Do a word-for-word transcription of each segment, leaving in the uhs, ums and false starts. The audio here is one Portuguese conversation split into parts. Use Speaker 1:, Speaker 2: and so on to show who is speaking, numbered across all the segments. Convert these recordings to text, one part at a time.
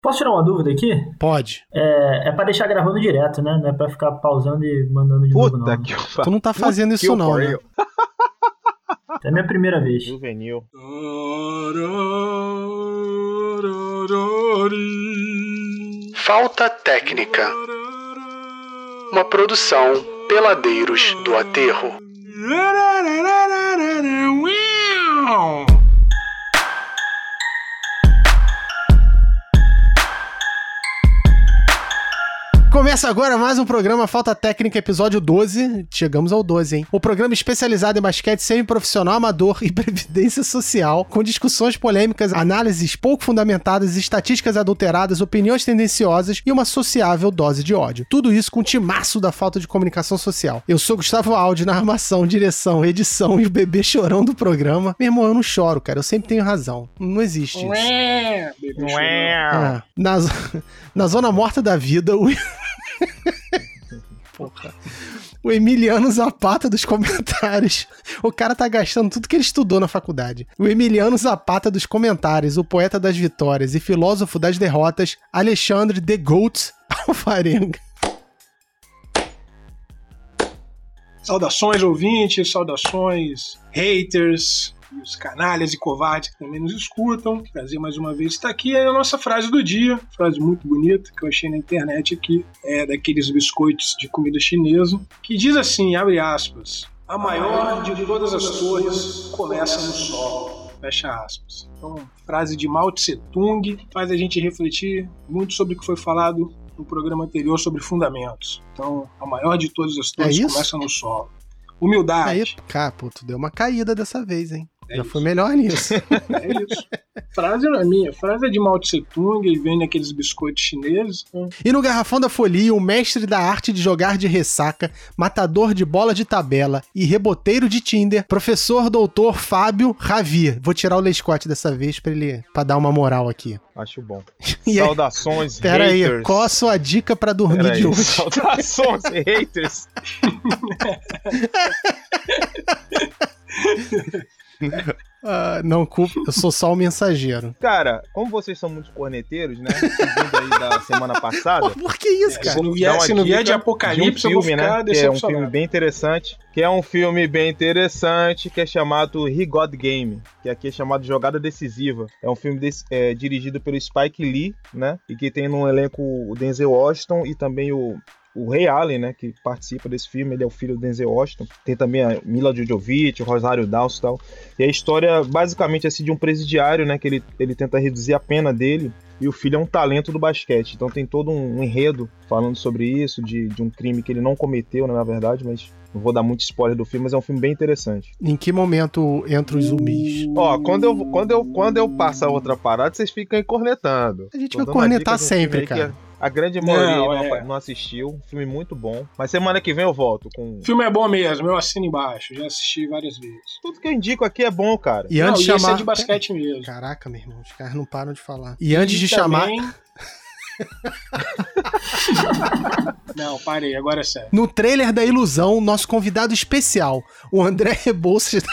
Speaker 1: Posso tirar uma dúvida aqui?
Speaker 2: Pode.
Speaker 1: É, é pra deixar gravando direto, né? Não é pra ficar pausando e mandando de
Speaker 3: Puta
Speaker 1: novo, não.
Speaker 3: que
Speaker 2: Tu não tá fazendo isso não, né?
Speaker 1: É a minha primeira vez.
Speaker 3: Juvenil.
Speaker 2: Falta Técnica. Uma produção Peladeiros do Aterro. Começa agora mais um programa Falta Técnica, episódio doze. Chegamos ao doze, hein? O programa especializado em basquete semi-profissional, amador e previdência social, com discussões polêmicas, análises pouco fundamentadas, estatísticas adulteradas, opiniões tendenciosas e uma sociável dose de ódio. Tudo isso com o timaço da falta de comunicação social. Eu sou Gustavo Aldi, na armação, direção, edição e o bebê chorão do programa. Meu irmão, eu não choro, cara. Eu sempre tenho razão. Não existe isso.
Speaker 3: Ué, bebê
Speaker 2: é. na, na zona morta da vida, o... Porra. O Emiliano Zapata dos comentários. O cara tá gastando tudo que ele estudou na faculdade. O Emiliano Zapata dos comentários, o poeta das vitórias e filósofo das derrotas, Alexandre The Goat Alvarenga.
Speaker 4: Saudações, ouvintes, saudações, haters, os canalhas e covardes que também nos escutam. Prazer mais uma vez estar aqui. É a nossa frase do dia, frase muito bonita que eu achei na internet aqui, é daqueles biscoitos de comida chinesa, que diz assim, abre aspas, a maior de todas as torres começa no solo, fecha aspas. Então, frase de Mao Tse Tung, faz a gente refletir muito sobre o que foi falado no programa anterior sobre fundamentos. Então, a maior de todas as torres é começa no solo. Humildade.
Speaker 2: Aí, cara, pô, tu deu uma caída dessa vez, hein?
Speaker 4: É
Speaker 2: Já
Speaker 4: isso.
Speaker 2: foi melhor nisso.
Speaker 4: É isso. Frase não é minha, frase é de Mao Tse Tung e vem naqueles biscoitos chineses.
Speaker 2: E no Garrafão da Folia, o mestre da arte de jogar de ressaca, matador de bola de tabela e reboteiro de Tinder, professor doutor Fábio Ravi. Vou tirar o Lescote dessa vez pra ele pra dar uma moral aqui.
Speaker 3: Acho bom.
Speaker 2: E
Speaker 3: Saudações,
Speaker 2: aí, pera
Speaker 3: haters.
Speaker 2: Aí, qual a sua dica pra dormir
Speaker 3: pera
Speaker 2: de
Speaker 3: aí.
Speaker 2: hoje?
Speaker 3: Saudações, haters.
Speaker 2: Uh, não, culpa, eu sou só o mensageiro.
Speaker 3: Cara, como vocês são muitos corneteiros, né? Vindo aí da semana passada.
Speaker 2: Pô, por que isso,
Speaker 4: É,
Speaker 2: cara?
Speaker 4: se não vier, se não vier de Apocalipse,
Speaker 3: de um
Speaker 4: eu vou
Speaker 3: filme,
Speaker 4: ficar
Speaker 3: né? Que é um
Speaker 4: decepcionado.
Speaker 3: filme bem interessante. Que é um filme bem interessante, que é chamado He Got Game, que aqui é chamado Jogada Decisiva. É um filme desse, é, dirigido pelo Spike Lee, né? E que tem no elenco o Denzel Washington e também o O Ray Allen, né, que participa desse filme, ele é o filho do Denzel Washington. Tem também a Mila Jovovich, o Rosário Dawson e tal. E a história, basicamente, é assim, de um presidiário, né, que ele, ele tenta reduzir a pena dele. E o filho é um talento do basquete. Então tem todo um, um enredo falando sobre isso, de, de um crime que ele não cometeu, né, na verdade, mas não vou dar muito spoiler do filme, mas é um filme bem interessante.
Speaker 2: Em que momento entra os zumbis?
Speaker 3: Ó, quando eu, quando eu, quando eu passo a outra parada, vocês ficam aí cornetando.
Speaker 2: A gente
Speaker 3: Tô
Speaker 2: vai
Speaker 3: dando
Speaker 2: cornetar
Speaker 3: dica de um
Speaker 2: sempre,
Speaker 3: filme aí
Speaker 2: cara.
Speaker 3: que a grande maioria
Speaker 4: Não,
Speaker 3: não,
Speaker 4: é.
Speaker 3: não assistiu. Filme muito bom. Mas semana que vem eu volto com...
Speaker 4: O filme é bom mesmo, eu assino embaixo, já assisti várias vezes.
Speaker 3: Tudo que eu indico aqui é bom, cara.
Speaker 2: E
Speaker 4: Não,
Speaker 2: antes
Speaker 4: e
Speaker 2: de
Speaker 4: esse
Speaker 2: chamar...
Speaker 4: é de basquete mesmo.
Speaker 2: Caraca, meu irmão, os caras não param de falar. E antes
Speaker 4: E
Speaker 2: de chamar...
Speaker 4: também... Não, parei, agora é sério.
Speaker 2: No trailer da Ilusão, nosso convidado especial, o André Rebouças...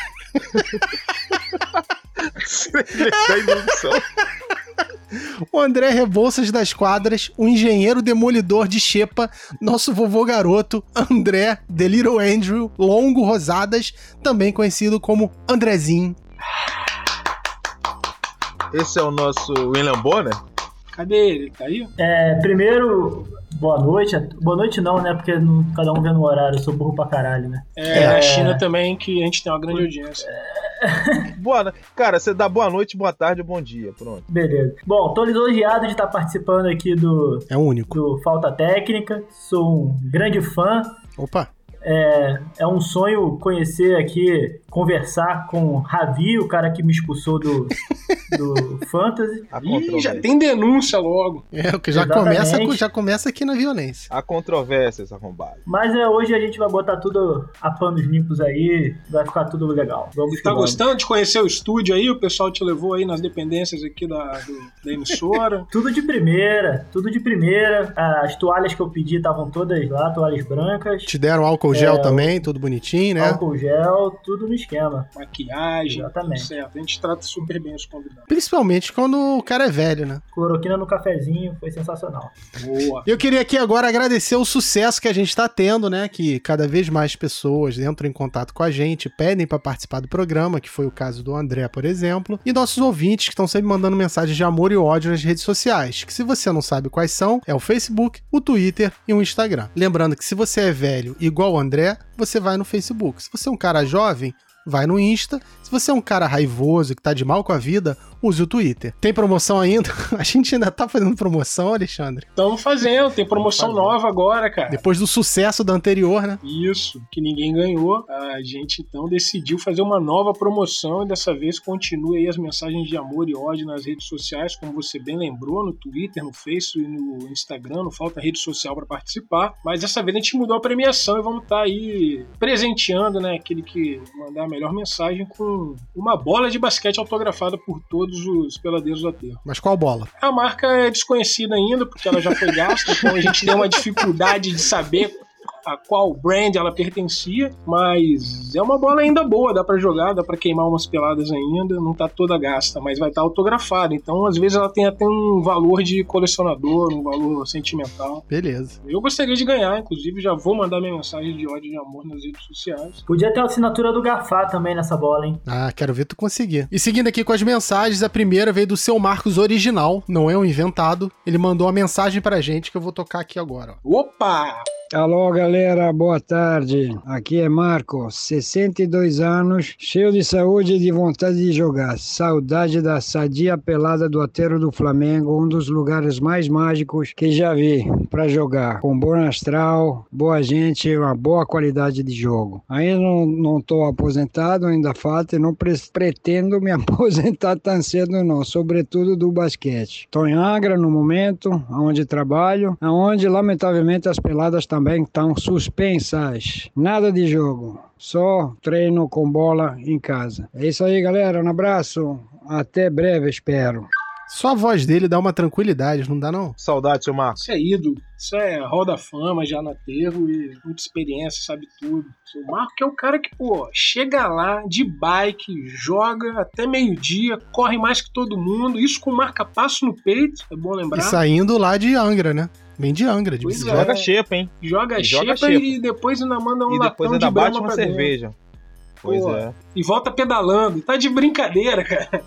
Speaker 3: Da ilusão.
Speaker 2: O André Rebouças das Quadras, o engenheiro demolidor de Xepa, nosso vovô garoto, André, The Little Andrew, Longo Rosadas, também conhecido como Andrezinho.
Speaker 3: Esse é o nosso William Bonner?
Speaker 4: Cadê ele? Tá aí?
Speaker 1: É, primeiro, boa noite. Boa noite não, né? Porque não, cada um vê no horário, eu sou burro pra caralho, né?
Speaker 4: É,
Speaker 2: É.
Speaker 4: na China também, que a gente tem uma grande audiência.
Speaker 3: Boa, cara, você dá boa noite, boa tarde, bom dia, pronto.
Speaker 1: Beleza. Bom, tô lisonjeado de estar participando aqui do,
Speaker 2: É o único.
Speaker 1: do Falta Técnica. Sou um grande fã.
Speaker 2: Opa.
Speaker 1: É, é um sonho conhecer aqui, conversar com o Ravi, o cara que me expulsou do, do Fantasy.
Speaker 3: A
Speaker 4: Ih, já
Speaker 3: controvérsia.
Speaker 4: tem denúncia logo.
Speaker 2: É, o que já
Speaker 1: Exatamente.
Speaker 2: começa, já começa aqui na violência.
Speaker 3: Há controvérsias arrombadas.
Speaker 1: Mas é, hoje a gente vai botar tudo a panos limpos aí, vai ficar tudo legal. Vamos que
Speaker 4: Tá
Speaker 1: vamos.
Speaker 4: gostando de conhecer o estúdio aí? O pessoal te levou aí nas dependências aqui da, do- da emissora.
Speaker 1: Tudo de primeira, tudo de primeira. As toalhas que eu pedi estavam todas lá, toalhas brancas.
Speaker 2: Te deram álcool gel
Speaker 1: É,
Speaker 2: também, tudo bonitinho, né?
Speaker 1: Álcool gel, tudo no esquema.
Speaker 4: Maquiagem,
Speaker 1: Exatamente.
Speaker 4: tudo certo. A gente trata super bem os convidados.
Speaker 2: Principalmente quando o cara é velho, né?
Speaker 1: Cloroquina no cafezinho, foi sensacional.
Speaker 4: Boa.
Speaker 2: Eu queria aqui agora agradecer o sucesso que a gente tá tendo, né? Que cada vez mais pessoas entram em contato com a gente, pedem pra participar do programa, que foi o caso do André, por exemplo, e nossos ouvintes que estão sempre mandando mensagens de amor e ódio nas redes sociais, que se você não sabe quais são, é o Facebook, o Twitter e o Instagram. Lembrando que se você é velho igual o André, você vai no Facebook. Se você é um cara jovem, vai no Insta. Se você é um cara raivoso que tá de mal com a vida, use o Twitter. Tem promoção ainda? A gente ainda tá fazendo promoção, Alexandre?
Speaker 4: Estamos fazendo, tem promoção nova agora, cara.
Speaker 2: Depois do sucesso da anterior, né?
Speaker 4: Isso, que ninguém ganhou. A gente então decidiu fazer uma nova promoção e dessa vez continua aí as mensagens de amor e ódio nas redes sociais, como você bem lembrou, no Twitter, no Facebook e no Instagram. Não falta rede social para participar, mas dessa vez a gente mudou a premiação e vamos estar aí presenteando, né, aquele que mandar a melhor mensagem com uma bola de basquete autografada por todos os peladeiros do aterro.
Speaker 2: Mas qual bola?
Speaker 4: A marca é desconhecida ainda, porque ela já foi gasta, então a gente tem uma dificuldade de saber a qual brand ela pertencia, mas é uma bola ainda boa, dá pra jogar, dá pra queimar umas peladas ainda, não tá toda gasta, mas vai estar autografada, então às vezes ela tem até um valor de colecionador, um valor sentimental.
Speaker 2: Beleza.
Speaker 4: Eu gostaria de ganhar, inclusive já vou mandar minha mensagem de ódio e de amor nas redes sociais.
Speaker 1: Podia ter a assinatura do Gafá também nessa bola, hein?
Speaker 2: Ah, quero ver tu conseguir. E seguindo aqui com as mensagens, a primeira veio do seu Marcos original, não é um inventado. Ele mandou uma mensagem pra gente que eu vou tocar aqui agora. Ó.
Speaker 4: Opa!
Speaker 5: Alô, galera, boa tarde. Aqui é Marco, sessenta e dois anos, cheio de saúde e de vontade de jogar. Saudade da sadia pelada do aterro do Flamengo, um dos lugares mais mágicos que já vi para jogar. Com bom astral, boa gente e uma boa qualidade de jogo. Ainda não, não tô aposentado, ainda falta e não pre- pretendo me aposentar tão cedo não, sobretudo do basquete. Estou em Angra no momento, onde trabalho, onde lamentavelmente as peladas estão também estão suspensas. Nada de jogo, só treino com bola em casa. É isso aí, galera. Um abraço. Até breve, espero.
Speaker 2: Só a voz dele dá uma tranquilidade, não dá não?
Speaker 3: Saudade, seu Marcos.
Speaker 4: Isso é ídolo, isso é roda fama já no aterro e muita experiência, sabe tudo. O Marco que é o cara que, pô, chega lá de bike, joga até meio-dia, corre mais que todo mundo, isso com marca-passo no peito, é bom lembrar.
Speaker 2: E saindo lá de Angra, né? Vem de Angra, de
Speaker 4: Pois
Speaker 2: bicicleta.
Speaker 3: Joga xepa, hein?
Speaker 4: Joga
Speaker 3: E joga
Speaker 4: xepa
Speaker 3: xepa.
Speaker 4: e depois ainda manda um
Speaker 3: E depois
Speaker 4: latão
Speaker 3: ainda
Speaker 4: de
Speaker 3: bate
Speaker 4: brama
Speaker 3: uma
Speaker 4: pra dentro.
Speaker 3: cerveja. Pois
Speaker 4: Pô,
Speaker 3: é.
Speaker 4: E volta pedalando. Tá de brincadeira, cara.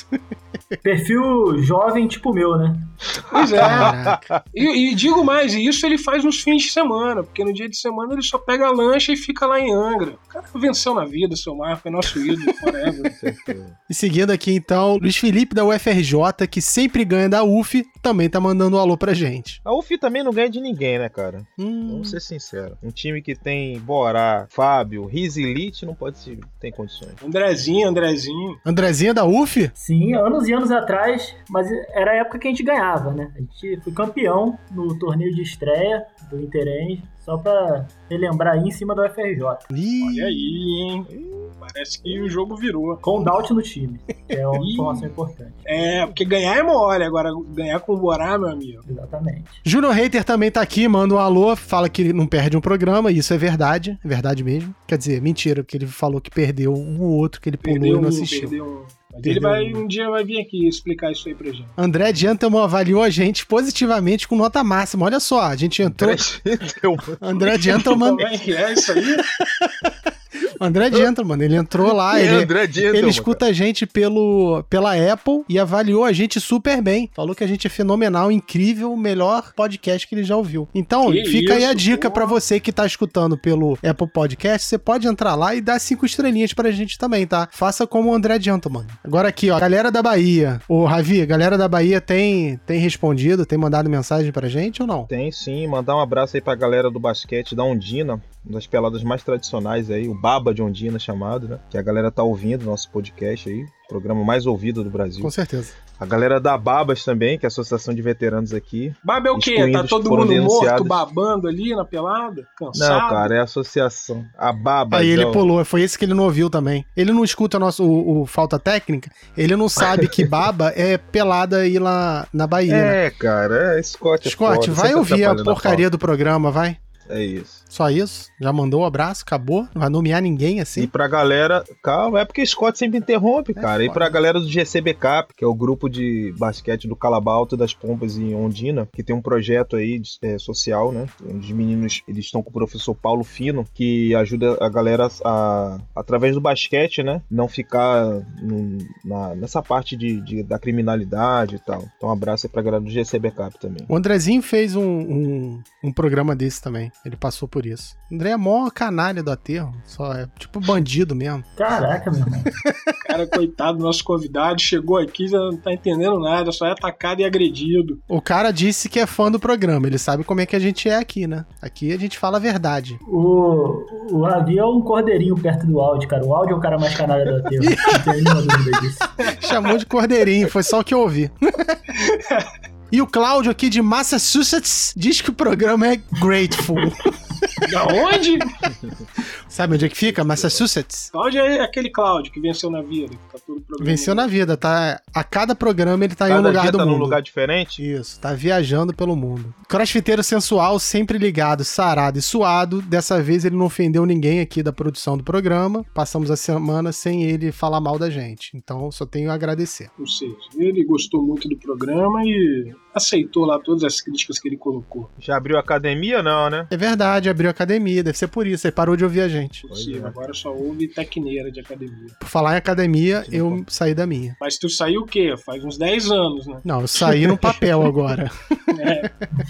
Speaker 1: Perfil jovem tipo o meu, né?
Speaker 4: Pois é.
Speaker 2: Caraca.
Speaker 4: E, e digo mais, e isso ele faz nos fins de semana, porque no dia de semana ele só pega a lancha e fica lá em Angra. O cara venceu na vida, seu Marco, é nosso ídolo, forever.
Speaker 2: E seguindo aqui então, Luiz Felipe da U F R J, que sempre ganha da U F, também tá mandando um alô pra gente.
Speaker 3: A U F também não ganha de ninguém, né, cara?
Speaker 2: Hum,
Speaker 3: Vamos ser sinceros. Um time que tem Borá, Fábio, Riz Elite não pode se tem condições.
Speaker 4: Andrezinho, Andrezinho.
Speaker 2: Andrezinha da U F?
Speaker 1: Sim, anos e anos atrás, mas era a época que a gente ganhava, né? A gente foi campeão no torneio de estreia do Interenge, só pra relembrar aí em cima da U F R J.
Speaker 2: Ih,
Speaker 4: Olha aí, hein? Parece que o jogo virou.
Speaker 1: Com o Daut no time, que é uma
Speaker 4: Ih.
Speaker 1: informação importante.
Speaker 4: É, porque ganhar é mole, agora ganhar com o Borá, meu amigo.
Speaker 1: Exatamente.
Speaker 2: Júnior Hater também tá aqui, manda um alô, fala que ele não perde um programa, e isso é verdade, é verdade mesmo. Quer dizer, mentira, porque ele falou que perdeu o outro que ele pulou
Speaker 4: Perdeu
Speaker 2: e não
Speaker 4: um,
Speaker 2: assistiu.
Speaker 4: perdeu um. Mas
Speaker 2: Perdeu
Speaker 4: ele vai,
Speaker 2: um.
Speaker 4: um dia vai vir aqui explicar isso aí pra gente.
Speaker 2: André Gentleman avaliou a gente positivamente com nota máxima. Olha só, a gente entrou... André Gentleman...
Speaker 4: Como é que é isso aí?
Speaker 2: André Gentleman, ele entrou lá,
Speaker 3: Quem é
Speaker 2: ele,
Speaker 3: André Gentleman,
Speaker 2: ele escuta a gente pelo, pela Apple e avaliou a gente super bem. Falou que a gente é fenomenal, incrível, o melhor podcast que ele já ouviu. Então,
Speaker 4: Que
Speaker 2: fica aí a
Speaker 4: isso,
Speaker 2: dica
Speaker 4: pô.
Speaker 2: pra você que tá escutando pelo Apple Podcast, você pode entrar lá e dar cinco estrelinhas pra gente também, tá? Faça como o André Gentleman. Agora aqui, ó, galera da Bahia. Ô, Ravi, a galera da Bahia tem, tem respondido, tem mandado mensagem pra gente ou não?
Speaker 3: Tem sim, mandar um abraço aí pra galera do basquete da Ondina, uma das peladas mais tradicionais aí, o Baba de Ondina chamado, né? Que a galera tá ouvindo nosso podcast aí, programa mais ouvido do Brasil.
Speaker 2: Com certeza.
Speaker 3: A galera da Babas também, que é a Associação de Veteranos aqui.
Speaker 4: Baba é o quê? Tá
Speaker 3: Excluídos
Speaker 4: todo
Speaker 3: foram
Speaker 4: mundo morto,
Speaker 3: denunciados.
Speaker 4: babando ali na pelada? Cansado?
Speaker 3: Não, cara, é a associação. A Babas.
Speaker 2: Aí ele
Speaker 3: é o-
Speaker 2: pulou, foi esse que ele não ouviu também. Ele não escuta nosso, o, o Falta Técnica, ele não sabe que baba é pelada aí lá na Bahia, né?
Speaker 3: É, cara, é Scott. é
Speaker 2: Scott,
Speaker 3: foda,
Speaker 2: vai
Speaker 3: sempre
Speaker 2: ouvir a
Speaker 3: atrapalhando
Speaker 2: porcaria do programa, vai.
Speaker 3: É isso.
Speaker 2: Só isso? Já mandou o abraço? Acabou? Não vai nomear ninguém assim?
Speaker 3: E pra galera... Calma, é porque o Scott sempre interrompe,
Speaker 2: É
Speaker 3: cara.
Speaker 2: foda.
Speaker 3: E pra galera do G C B Cap, que é o grupo de basquete do Calabalto das Pompas em Ondina, que tem um projeto aí é, social, né? Os meninos, eles estão com o professor Paulo Fino, que ajuda a galera a, através do basquete, né? Não ficar no, na, nessa parte de, de, da criminalidade e tal. Então um abraço aí pra galera do G C B Cap também.
Speaker 2: O Andrezinho fez um, um, um programa desse também. Ele passou por isso. O André é mó canalha do aterro. Só é tipo bandido mesmo.
Speaker 1: Caraca, meu irmão.
Speaker 4: Cara, coitado do nosso convidado, chegou aqui, já não tá entendendo nada, só é atacado e agredido.
Speaker 2: O cara disse que é fã do programa. Ele sabe como é que a gente é aqui, né? Aqui a gente fala a verdade.
Speaker 1: O, o Ravi é um cordeirinho perto do áudio, cara. O áudio é o cara mais canalha do aterro. Não tenho nenhuma dúvida disso.
Speaker 2: Chamou de cordeirinho, foi só o que eu ouvi. E o Cláudio aqui de Massachusetts diz que o programa é grateful.
Speaker 4: Da onde?
Speaker 2: Sabe onde é que fica? Massachusetts.
Speaker 4: Cláudio é aquele Cláudio que venceu na vida, que tá todo programa.
Speaker 2: Venceu na vida, tá? A cada programa ele tá em um
Speaker 3: Cada
Speaker 2: lugar
Speaker 3: dia
Speaker 2: do
Speaker 3: tá
Speaker 2: mundo.
Speaker 3: num lugar diferente.
Speaker 2: Isso, tá viajando pelo mundo. Crossfiteiro sensual, sempre ligado, sarado e suado. Dessa vez ele não ofendeu ninguém aqui da produção do programa. Passamos a semana sem ele falar mal da gente. Então só tenho a agradecer.
Speaker 4: Ou seja, ele gostou muito do programa e aceitou lá todas as críticas que ele colocou.
Speaker 3: Já abriu academia, não, né?
Speaker 2: É verdade, abriu academia, deve ser por isso. Ele parou de ouvir a gente.
Speaker 4: Possível,
Speaker 3: é.
Speaker 4: agora só houve tecneira de academia.
Speaker 2: Por falar em academia, eu saí da minha.
Speaker 4: Mas tu saiu o quê? Faz uns dez anos, né?
Speaker 2: Não, eu saí no papel agora.
Speaker 4: É.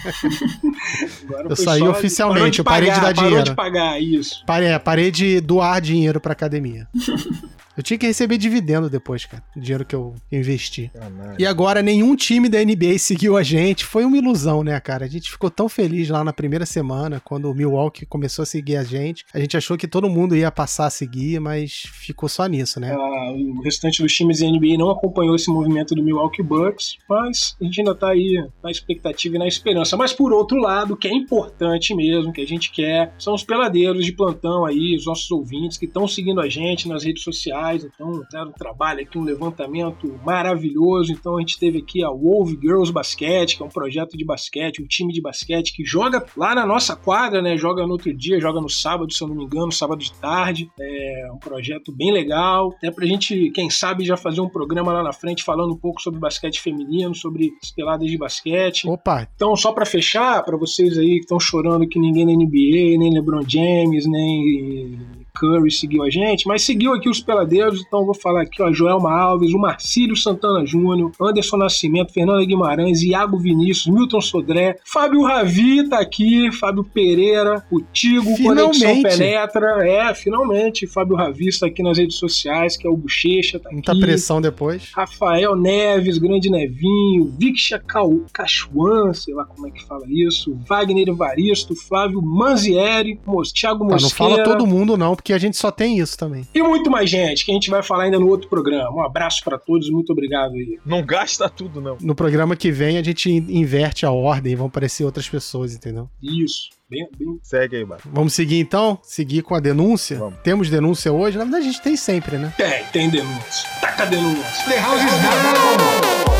Speaker 4: Agora
Speaker 2: Eu
Speaker 4: foi
Speaker 2: saí
Speaker 4: só-
Speaker 2: oficialmente,
Speaker 4: parou de
Speaker 2: eu parei de
Speaker 4: pagar,
Speaker 2: dar
Speaker 4: Parou
Speaker 2: dinheiro.
Speaker 4: de pagar, isso.
Speaker 2: Parei, parei de doar dinheiro pra academia. Eu tinha que receber dividendo depois, cara. O dinheiro que eu investi.
Speaker 3: Caralho.
Speaker 2: E agora, nenhum time da N B A seguiu a gente. Foi uma ilusão, né, cara? A gente ficou tão feliz lá na primeira semana, quando o Milwaukee começou a seguir a gente. A gente achou que todo mundo ia passar a seguir, mas ficou só nisso, né?
Speaker 4: Ah, o restante dos times da N B A não acompanhou esse movimento do Milwaukee Bucks, mas a gente ainda tá aí na expectativa e na esperança. Mas por outro lado, o que é importante mesmo, que a gente quer, são os peladeiros de plantão aí, os nossos ouvintes que estão seguindo a gente nas redes sociais. Então, fizeram um trabalho aqui, um levantamento maravilhoso. Então a gente teve aqui a Wolf Girls Basquete, que é um projeto de basquete, um time de basquete que joga lá na nossa quadra, né? Joga no outro dia, joga no sábado, se eu não me engano, sábado de tarde. É um projeto bem legal, até pra gente, quem sabe, já fazer um programa lá na frente falando um pouco sobre basquete feminino, sobre as peladas de basquete.
Speaker 2: Opa,
Speaker 4: Então, só pra fechar, pra vocês aí que estão chorando que ninguém na N B A, nem LeBron James, nem Curry seguiu a gente, mas seguiu aqui os peladeiros, então eu vou falar aqui, ó, Joelma Alves, o Marcílio Santana Júnior, Anderson Nascimento, Fernanda Guimarães, Iago Vinícius, Milton Sodré, Fábio Ravi tá aqui, Fábio Pereira, o Tigo, Conexão
Speaker 2: Finalmente.
Speaker 4: Penetra, é, finalmente, Fábio Ravi está aqui nas redes sociais, que é o Bochecha, tá
Speaker 2: muita
Speaker 4: aqui.
Speaker 2: pressão depois.
Speaker 4: Rafael Neves, Grande Nevinho, Viksha Cachuan, sei lá como é que fala isso, Wagner Evaristo, Flávio Manzieri, Mos- Thiago
Speaker 2: Tá, não
Speaker 4: Mosqueira
Speaker 2: fala todo mundo não, porque a gente só tem isso também.
Speaker 4: e muito mais gente, que a gente vai falar ainda no outro programa. Um abraço pra todos, muito obrigado aí.
Speaker 3: Não gasta tudo, não.
Speaker 2: No programa que vem a gente in- inverte a ordem e vão aparecer outras pessoas, entendeu?
Speaker 4: Isso, bem, bem...
Speaker 3: Segue aí, Bato.
Speaker 2: Vamos seguir então? Seguir com a denúncia?
Speaker 3: Vamos.
Speaker 2: Temos denúncia hoje? Na verdade a gente tem sempre, né?
Speaker 4: Tem, tem denúncia. Taca a denúncia.
Speaker 6: The house is now.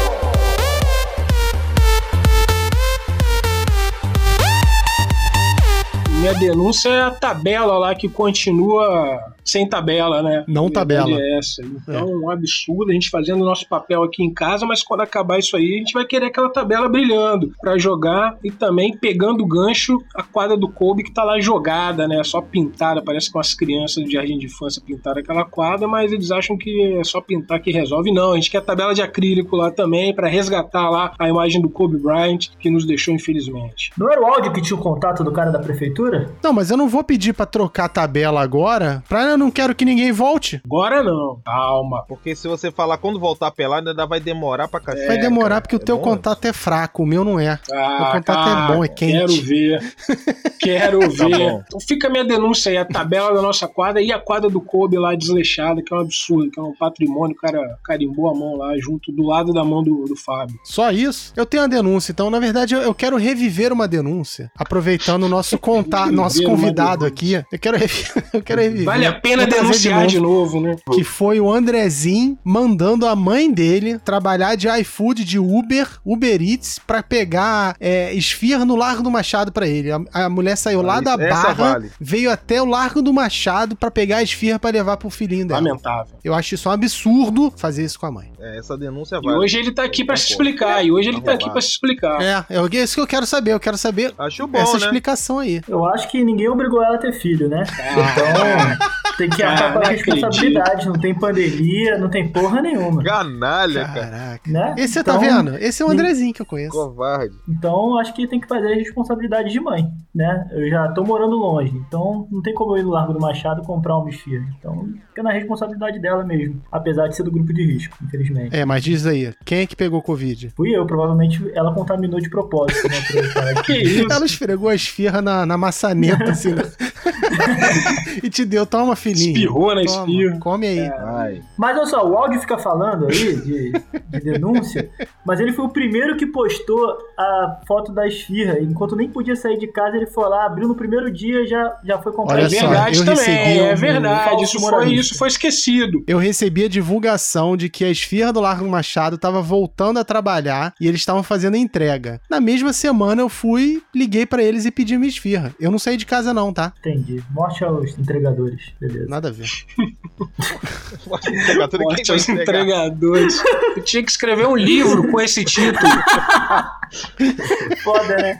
Speaker 4: Minha denúncia é a tabela lá que continua sem tabela, né?
Speaker 2: Não
Speaker 4: A verdade
Speaker 2: tabela.
Speaker 4: É essa. Então, é um absurdo a gente fazendo o nosso papel aqui em casa, mas quando acabar isso aí, a gente vai querer aquela tabela brilhando pra jogar e também pegando o gancho a quadra do Kobe que tá lá jogada, né? Só pintada, parece que umas crianças do jardim de infância pintaram aquela quadra, mas eles acham que é só pintar que resolve. Não, a gente quer tabela de acrílico lá também pra resgatar lá a imagem do Kobe Bryant que nos deixou infelizmente.
Speaker 1: Não era o áudio que tinha o contato do cara da prefeitura?
Speaker 2: Não, mas eu não vou pedir pra trocar a tabela agora, pra eu não quero que ninguém volte.
Speaker 4: Agora não, calma.
Speaker 3: Porque se você falar quando voltar pelado, ainda vai demorar pra cacete.
Speaker 2: Vai demorar
Speaker 3: cara.
Speaker 2: porque o
Speaker 3: É
Speaker 2: teu
Speaker 3: bom?
Speaker 2: contato é fraco, o meu não é.
Speaker 4: Ah,
Speaker 2: Meu contato é bom, é quente.
Speaker 4: Quero ver. Quero
Speaker 3: Tá
Speaker 4: ver.
Speaker 3: bom.
Speaker 4: Então fica a minha denúncia aí, a tabela da nossa quadra e a quadra do Kobe lá desleixada, que é um absurdo, que é um patrimônio, o cara carimbou a mão lá, junto do lado da mão do, do Fábio.
Speaker 2: Só isso? Eu tenho a denúncia, então na verdade eu, eu quero reviver uma denúncia, aproveitando o nosso contato, nosso
Speaker 4: Reviver uma
Speaker 2: convidado
Speaker 4: denúncia.
Speaker 2: aqui. Eu quero, revi- eu quero reviver.
Speaker 4: Vale a pena
Speaker 2: Vou trazer
Speaker 4: denunciar de
Speaker 2: novo,
Speaker 4: novo, né?
Speaker 2: que foi o Andrezinho mandando a mãe dele trabalhar de iFood, de Uber, Uber Eats, pra pegar é, esfirra no Largo do Machado pra ele. A, a mulher mulher saiu lá da
Speaker 3: Essa
Speaker 2: Barra,
Speaker 3: vale.
Speaker 2: veio até o Largo do Machado pra pegar a esfirra pra levar pro filhinho dela.
Speaker 4: Lamentável.
Speaker 2: Eu acho isso um absurdo fazer isso com a mãe.
Speaker 3: É, essa denúncia
Speaker 4: E
Speaker 3: vale.
Speaker 4: hoje ele tá aqui pra se explicar. E hoje ele tá aqui pra se explicar.
Speaker 2: É, é isso que eu quero saber. Eu quero saber
Speaker 3: Acho bom,
Speaker 2: essa
Speaker 3: né?
Speaker 2: explicação aí.
Speaker 1: Eu acho que ninguém obrigou ela a ter filho, né? Então, tem que arcar com a
Speaker 4: não
Speaker 1: responsabilidade. Não tem pandemia, não tem porra nenhuma.
Speaker 3: Canalha, cara.
Speaker 2: Caraca.
Speaker 1: Né?
Speaker 2: Esse,
Speaker 1: Então,
Speaker 2: tá vendo? Esse é o Andrezinho que eu conheço.
Speaker 3: Covarde.
Speaker 1: Então, acho que tem que fazer a responsabilidade de mãe, né? Eu já tô morando longe, então não tem como eu ir no Largo do Machado e comprar uma esfirra. Então, fica na responsabilidade dela mesmo, apesar de ser do grupo de risco, infelizmente.
Speaker 2: É, mas diz aí, quem é que pegou Covid?
Speaker 1: Fui eu, provavelmente ela contaminou de propósito, né? Pra eu parar de-
Speaker 4: Que isso?
Speaker 2: Ela esfregou a esfirra na, na maçaneta, assim, né? E te deu, toma, filhinho.
Speaker 4: Espirrou na
Speaker 2: Toma,
Speaker 4: esfirra.
Speaker 2: come aí.
Speaker 3: Ai.
Speaker 1: Mas olha só, o áudio fica falando aí de, de denúncia, mas ele foi o primeiro que postou a foto da esfirra. Enquanto nem podia sair de casa, ele foi lá, abriu no primeiro dia e já, já foi comprar.
Speaker 2: Olha
Speaker 4: É
Speaker 2: só,
Speaker 4: verdade
Speaker 2: eu
Speaker 4: também,
Speaker 2: recebi
Speaker 4: é
Speaker 2: um
Speaker 4: verdade.
Speaker 1: falso
Speaker 4: Isso foi,
Speaker 1: moralista.
Speaker 4: isso foi esquecido.
Speaker 2: Eu recebi a divulgação de que a esfirra do Largo Machado tava voltando a trabalhar e eles estavam fazendo a entrega. Na mesma semana eu fui, liguei pra eles e pedi minha esfirra. Eu não saí de casa não, tá?
Speaker 1: Entendi. Morte aos entregadores. Beleza.
Speaker 2: Nada a ver.
Speaker 3: Morte do entregador, quem
Speaker 4: Morte
Speaker 3: vai
Speaker 4: aos
Speaker 3: entregar?
Speaker 4: entregadores. Eu tinha que escrever um livro com esse título.
Speaker 1: Foda, né?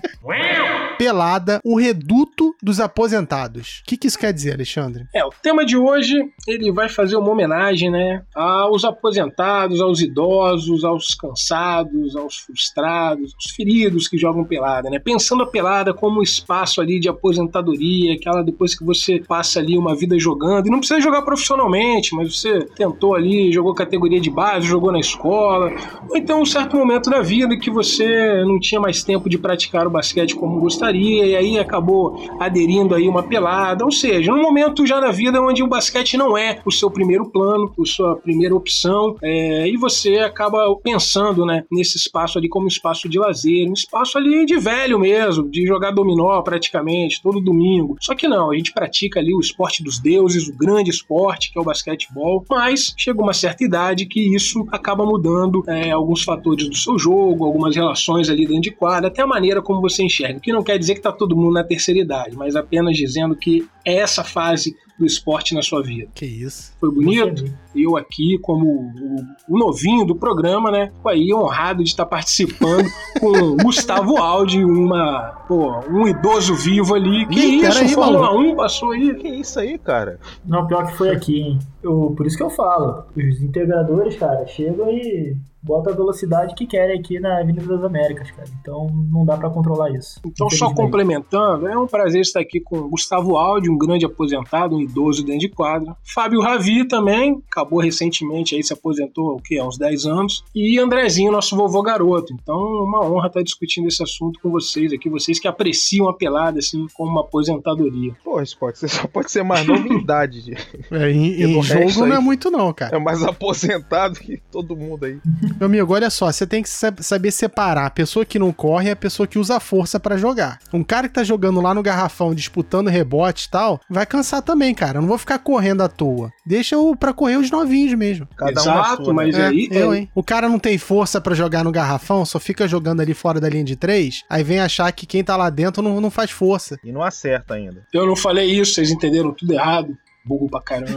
Speaker 2: Pelada, o reduto dos aposentados. O que, que isso quer dizer, Alexandre?
Speaker 4: É, o tema de hoje, ele vai fazer uma homenagem, né, aos aposentados, aos idosos, aos cansados, aos frustrados, aos feridos que jogam pelada, né? Pensando a pelada como um espaço ali de aposentadoria, aquela depois que você passa ali uma vida jogando, e não precisa jogar profissionalmente, mas você tentou ali, jogou categoria de base, jogou na escola, ou então um certo momento da vida que você não tinha mais tempo de praticar o basquete como gostaria, e aí acabou aderindo aí uma pelada, ou seja, num momento já na vida onde o basquete não é o seu primeiro plano, a sua primeira opção, é, e você acaba pensando, né, nesse espaço ali como um espaço de lazer, um espaço ali de velho mesmo, de jogar dominó praticamente todo domingo. Só que não, a gente pratica ali o esporte dos deuses, o grande esporte que é o basquetebol, mas chega uma certa idade que isso acaba mudando é, alguns fatores do seu jogo, algumas relações ali dentro de quadra, até a maneira como você enxerga, o que não quer dizer que tá todo mundo na terceira idade, mas apenas dizendo que é essa fase do esporte na sua vida.
Speaker 2: Que isso?
Speaker 4: Foi bonito? Eu aqui, como o, o novinho do programa, né? Tô aí honrado de estar participando com o Gustavo Aldi, uma, pô, um idoso vivo ali. Que
Speaker 2: Ih,
Speaker 4: isso,
Speaker 2: peraí,
Speaker 4: Fórmula
Speaker 2: maluco.
Speaker 4: um passou aí.
Speaker 3: Que isso aí, cara?
Speaker 1: Não, pior que foi aqui, hein? Eu, por isso que eu falo. Os integradores, cara, chegam e botam a velocidade que querem aqui na Avenida das Américas, cara. Então não dá pra controlar isso.
Speaker 4: Então, só
Speaker 1: infelizmente.
Speaker 4: complementando, é um prazer estar aqui com o Gustavo Aldi, um grande aposentado, um idoso dentro de quadra. Fábio Ravi também, acabou recentemente, aí se aposentou, o quê? Há uns dez anos. E Andrezinho, nosso vovô garoto. Então, uma honra estar discutindo esse assunto com vocês aqui, vocês que apreciam a pelada, assim, como uma aposentadoria.
Speaker 3: Pô, esporte, você só pode ser mais novo em idade. de-
Speaker 2: É, em
Speaker 3: Porque
Speaker 2: em
Speaker 3: do
Speaker 2: jogo
Speaker 3: resto
Speaker 2: não é
Speaker 3: aí-
Speaker 2: muito não, cara.
Speaker 3: É mais aposentado que todo mundo aí.
Speaker 2: Meu amigo, olha só, você tem que sa- saber separar a pessoa que não corre e a pessoa que usa a força pra jogar. Um cara que tá jogando lá no garrafão, disputando rebote e tal, vai cansar também, cara. Eu não vou ficar correndo à toa. Deixa o pra correr os novinhos mesmo.
Speaker 3: Cada um na
Speaker 4: Exato,
Speaker 3: sua, né?
Speaker 4: mas
Speaker 2: É,
Speaker 4: aí...
Speaker 2: eu, hein? O cara não tem força pra jogar no garrafão, só fica jogando ali fora da linha de três, aí vem achar que quem tá lá dentro não, não faz força.
Speaker 3: E não acerta ainda.
Speaker 4: Eu não falei isso, vocês entenderam tudo errado. Burro pra caramba.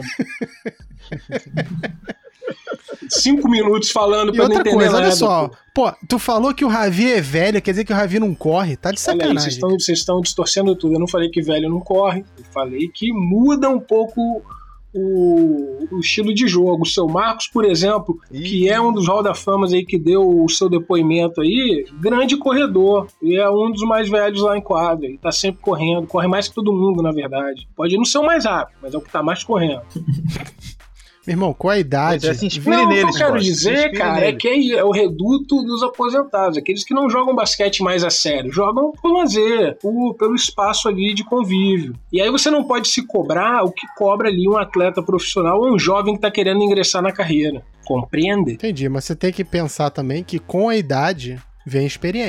Speaker 4: Cinco minutos falando
Speaker 2: E
Speaker 4: pra não
Speaker 2: outra
Speaker 4: entender
Speaker 2: coisa,
Speaker 4: nada.
Speaker 2: olha só, pô, tu falou que o Ravi é velho, quer dizer que o Ravi não corre? Tá de
Speaker 4: Olha aí,
Speaker 2: sacanagem.
Speaker 4: vocês estão, vocês estão distorcendo tudo. Eu não falei que velho não corre. Eu falei que muda um pouco o, o estilo de jogo. O seu Marcos, por exemplo,
Speaker 3: Ih.
Speaker 4: que é um dos Hall da Famas aí que deu o seu depoimento aí, grande corredor. E é um dos mais velhos lá em quadra. Ele tá sempre correndo. Corre mais que todo mundo, na verdade. Pode não ser o mais rápido, mas é o que tá mais correndo.
Speaker 2: Meu irmão, qual a idade?
Speaker 3: Pois é, se inspire
Speaker 4: Não, o que
Speaker 3: neles,
Speaker 4: eu quero
Speaker 3: Boris. Se
Speaker 4: dizer,
Speaker 3: inspire
Speaker 4: cara, é
Speaker 3: neles.
Speaker 4: que é o reduto dos aposentados, aqueles que não jogam basquete mais a sério, jogam por lazer, por, pelo espaço ali de convívio. E aí você não pode se cobrar o que cobra ali um atleta profissional ou um jovem que está querendo ingressar na carreira. Compreende?
Speaker 2: Entendi, mas você tem que pensar também que com a idade vem experiência.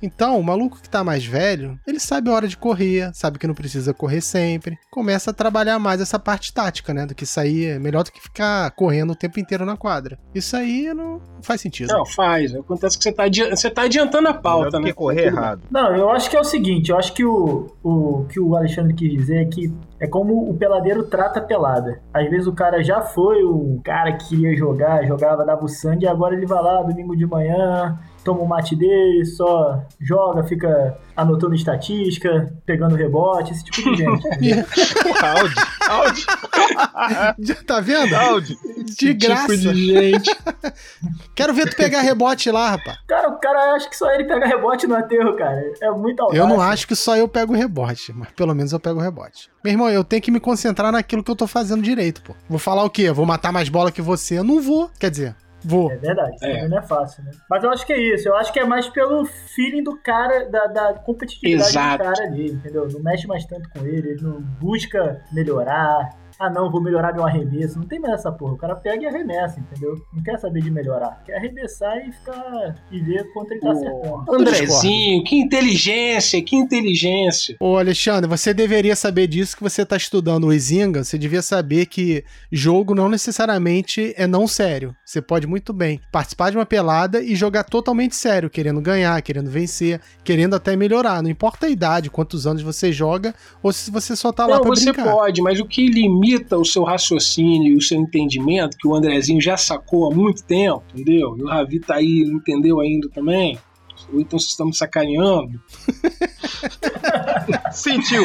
Speaker 2: Então, o maluco que tá mais velho, ele sabe a hora de correr, sabe que não precisa correr sempre, começa a trabalhar mais essa parte tática, né? Do que sair, é melhor do que ficar correndo o tempo inteiro na quadra. Isso aí não faz sentido.
Speaker 4: Não, faz. Acontece que você tá, adi- você tá adiantando a pauta,
Speaker 3: Melhor do
Speaker 4: né?
Speaker 3: que correr errado.
Speaker 1: Não, eu acho que é o seguinte, eu acho que o, o que o Alexandre quis dizer é que é como o peladeiro trata a pelada. Às vezes o cara já foi o cara que queria jogar, jogava, dava o sangue, e agora ele vai lá domingo de manhã, toma o mate dele, só joga, fica anotando estatística, pegando rebote, esse tipo de gente.
Speaker 3: Áudio, áudio,
Speaker 2: Tá vendo?
Speaker 3: áudio.
Speaker 2: De graça.
Speaker 4: Tipo de gente.
Speaker 2: Quero ver tu pegar rebote lá, rapaz.
Speaker 1: Cara, o cara acha que só ele pega rebote no aterro, cara. É muito audácia.
Speaker 2: Eu não acho que só eu pego o rebote, mas pelo menos eu pego o rebote. Meu irmão, eu tenho que me concentrar naquilo que eu tô fazendo direito, pô. Vou falar o quê? Eu vou matar mais bola que você? Eu não vou. Quer dizer, vou.
Speaker 1: É verdade, isso
Speaker 4: É.
Speaker 1: também não é fácil, né? Mas eu acho que é isso, eu acho que é mais pelo feeling do cara, da, da competitividade
Speaker 4: Exato.
Speaker 1: do cara ali, entendeu? Não mexe mais tanto com ele, ele não busca melhorar. Ah, não, vou melhorar meu arremesso. Não tem mais essa porra. O cara pega e arremessa, entendeu? Não quer saber de melhorar. Quer arremessar e ficar e ver quanto ele tá acertando.
Speaker 4: Andrezinho, que inteligência, que inteligência.
Speaker 2: Ô, Alexandre, você deveria saber disso que você tá estudando o Izinga. Você devia saber que jogo não necessariamente é não sério. Você pode muito bem participar de uma pelada e jogar totalmente sério, querendo ganhar, querendo vencer, querendo até melhorar. Não importa a idade, quantos anos você joga, ou se você só tá lá
Speaker 4: Não,
Speaker 2: pra
Speaker 4: você
Speaker 2: brincar.
Speaker 4: pode, mas o que limita o seu raciocínio e o seu entendimento, que o Andrezinho já sacou há muito tempo, entendeu? E o Ravi tá aí, não entendeu ainda também. Ou então vocês estão me sacaneando.
Speaker 3: Sentiu.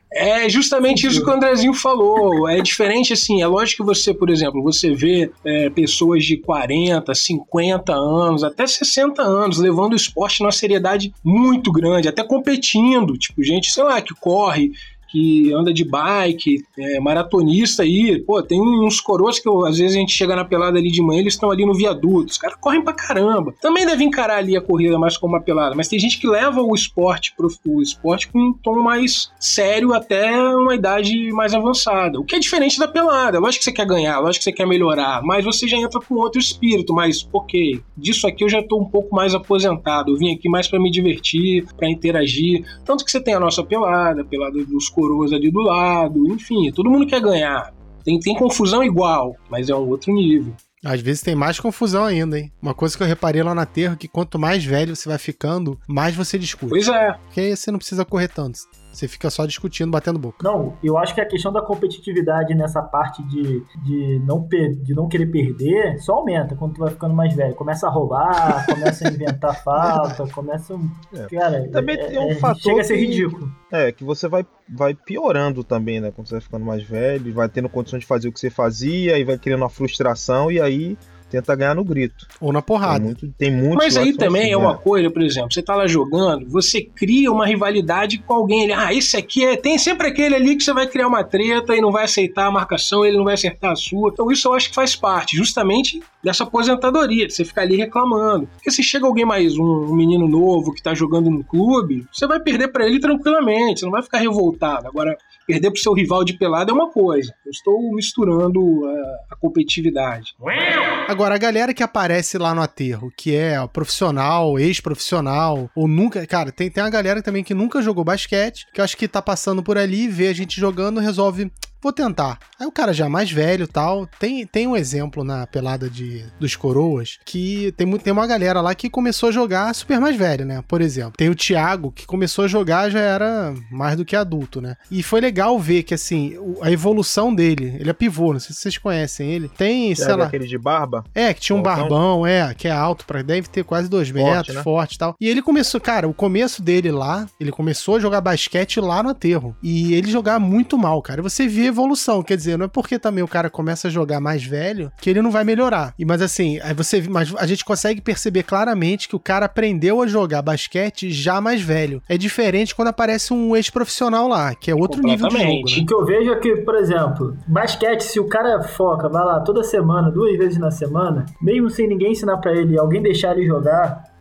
Speaker 4: É justamente isso que o Andrezinho falou. É diferente, assim, é lógico que você, por exemplo, você vê é, pessoas de quarenta, cinquenta anos, até sessenta anos, levando o esporte numa seriedade muito grande, até competindo, tipo, gente, sei lá, que corre, que anda de bike, é, maratonista aí, pô, tem uns coroas que eu, às vezes a gente chega na pelada ali de manhã, eles estão ali no viaduto, os caras correm pra caramba. Também deve encarar ali a corrida mais como uma pelada, mas tem gente que leva o esporte, pro, o esporte com um tom mais sério até uma idade mais avançada, o que é diferente da pelada. Lógico que você quer ganhar, lógico que você quer melhorar, mas você já entra com outro espírito, mas ok, disso aqui eu já tô um pouco mais aposentado, eu vim aqui mais pra me divertir, pra interagir, tanto que você tem a nossa pelada, a pelada dos coroas ali do lado, enfim, todo mundo quer ganhar. Tem, tem confusão igual, mas é um outro nível.
Speaker 2: Às vezes tem mais confusão ainda, hein? Uma coisa que eu reparei lá na Terra é que quanto mais velho você vai ficando, mais você discute.
Speaker 4: Pois é.
Speaker 2: Porque aí você não precisa correr tanto. Você fica só discutindo, batendo boca.
Speaker 1: Não, eu acho que a questão da competitividade nessa parte de, de, não, per, de não querer perder só aumenta quando tu vai ficando mais velho. Começa a roubar, começa a inventar falta, começa...
Speaker 3: É.
Speaker 1: Cara,
Speaker 3: Também
Speaker 1: é,
Speaker 3: tem um
Speaker 1: é,
Speaker 3: fator
Speaker 1: chega a ser
Speaker 3: que-
Speaker 1: ridículo.
Speaker 3: É, que você vai, vai piorando também, né? Quando você vai ficando mais velho, vai tendo condições de fazer o que você fazia, e vai criando uma frustração, e aí tenta ganhar no grito.
Speaker 2: Ou na
Speaker 3: Tem,
Speaker 2: porrada.
Speaker 3: muito, tem muitos
Speaker 4: Mas aí
Speaker 3: lá que são
Speaker 4: também
Speaker 3: assim,
Speaker 4: é uma
Speaker 3: né?
Speaker 4: coisa, por exemplo, você tá lá jogando, você cria uma rivalidade com alguém. Ele, ah, esse aqui é. Tem sempre aquele ali que você vai criar uma treta e não vai aceitar a marcação, ele não vai acertar a sua. Então isso eu acho que faz parte, justamente dessa aposentadoria, de você ficar ali reclamando. Porque se chega alguém mais, um, um menino novo que tá jogando no clube, você vai perder pra ele tranquilamente, você não vai ficar revoltado. Agora, perder pro seu rival de pelada é uma coisa. Eu estou misturando a, a competitividade.
Speaker 2: Agora, a galera que aparece lá no aterro, que é profissional, ex-profissional, ou nunca... Cara, tem, tem uma galera também que nunca jogou basquete, que eu acho que tá passando por ali, vê a gente jogando, resolve... Vou tentar. Aí o cara já mais velho e tal, tem, tem um exemplo na pelada de, dos coroas, que tem, mu- tem uma galera lá que começou a jogar super mais velho, né? Por exemplo, tem o Thiago, que começou a jogar já era mais do que adulto, né? E foi legal ver que, assim, o- a evolução dele, ele é pivô, não sei se vocês conhecem ele, tem, sei
Speaker 3: Era
Speaker 2: lá...
Speaker 3: aquele de barba?
Speaker 2: É, que tinha um
Speaker 3: Altão.
Speaker 2: barbão, é, que é alto, pra, deve ter quase dois
Speaker 3: Forte,
Speaker 2: metros,
Speaker 3: né?
Speaker 2: forte e tal. E ele começou, cara, o começo dele lá, ele começou a jogar basquete lá no aterro. E ele jogava muito mal, cara. E você vê evolução, quer dizer, não é porque também o cara começa a jogar mais velho que ele não vai melhorar. E, mas assim, aí você, mas a gente consegue perceber claramente que o cara aprendeu a jogar basquete já mais velho. É diferente quando aparece um ex-profissional lá, que é outro nível de jogo,
Speaker 4: Completamente.
Speaker 2: né?
Speaker 1: O que eu vejo é que, por exemplo, basquete, se o cara foca, vai lá toda semana, duas vezes na semana, mesmo sem ninguém ensinar pra ele, alguém deixar ele jogar,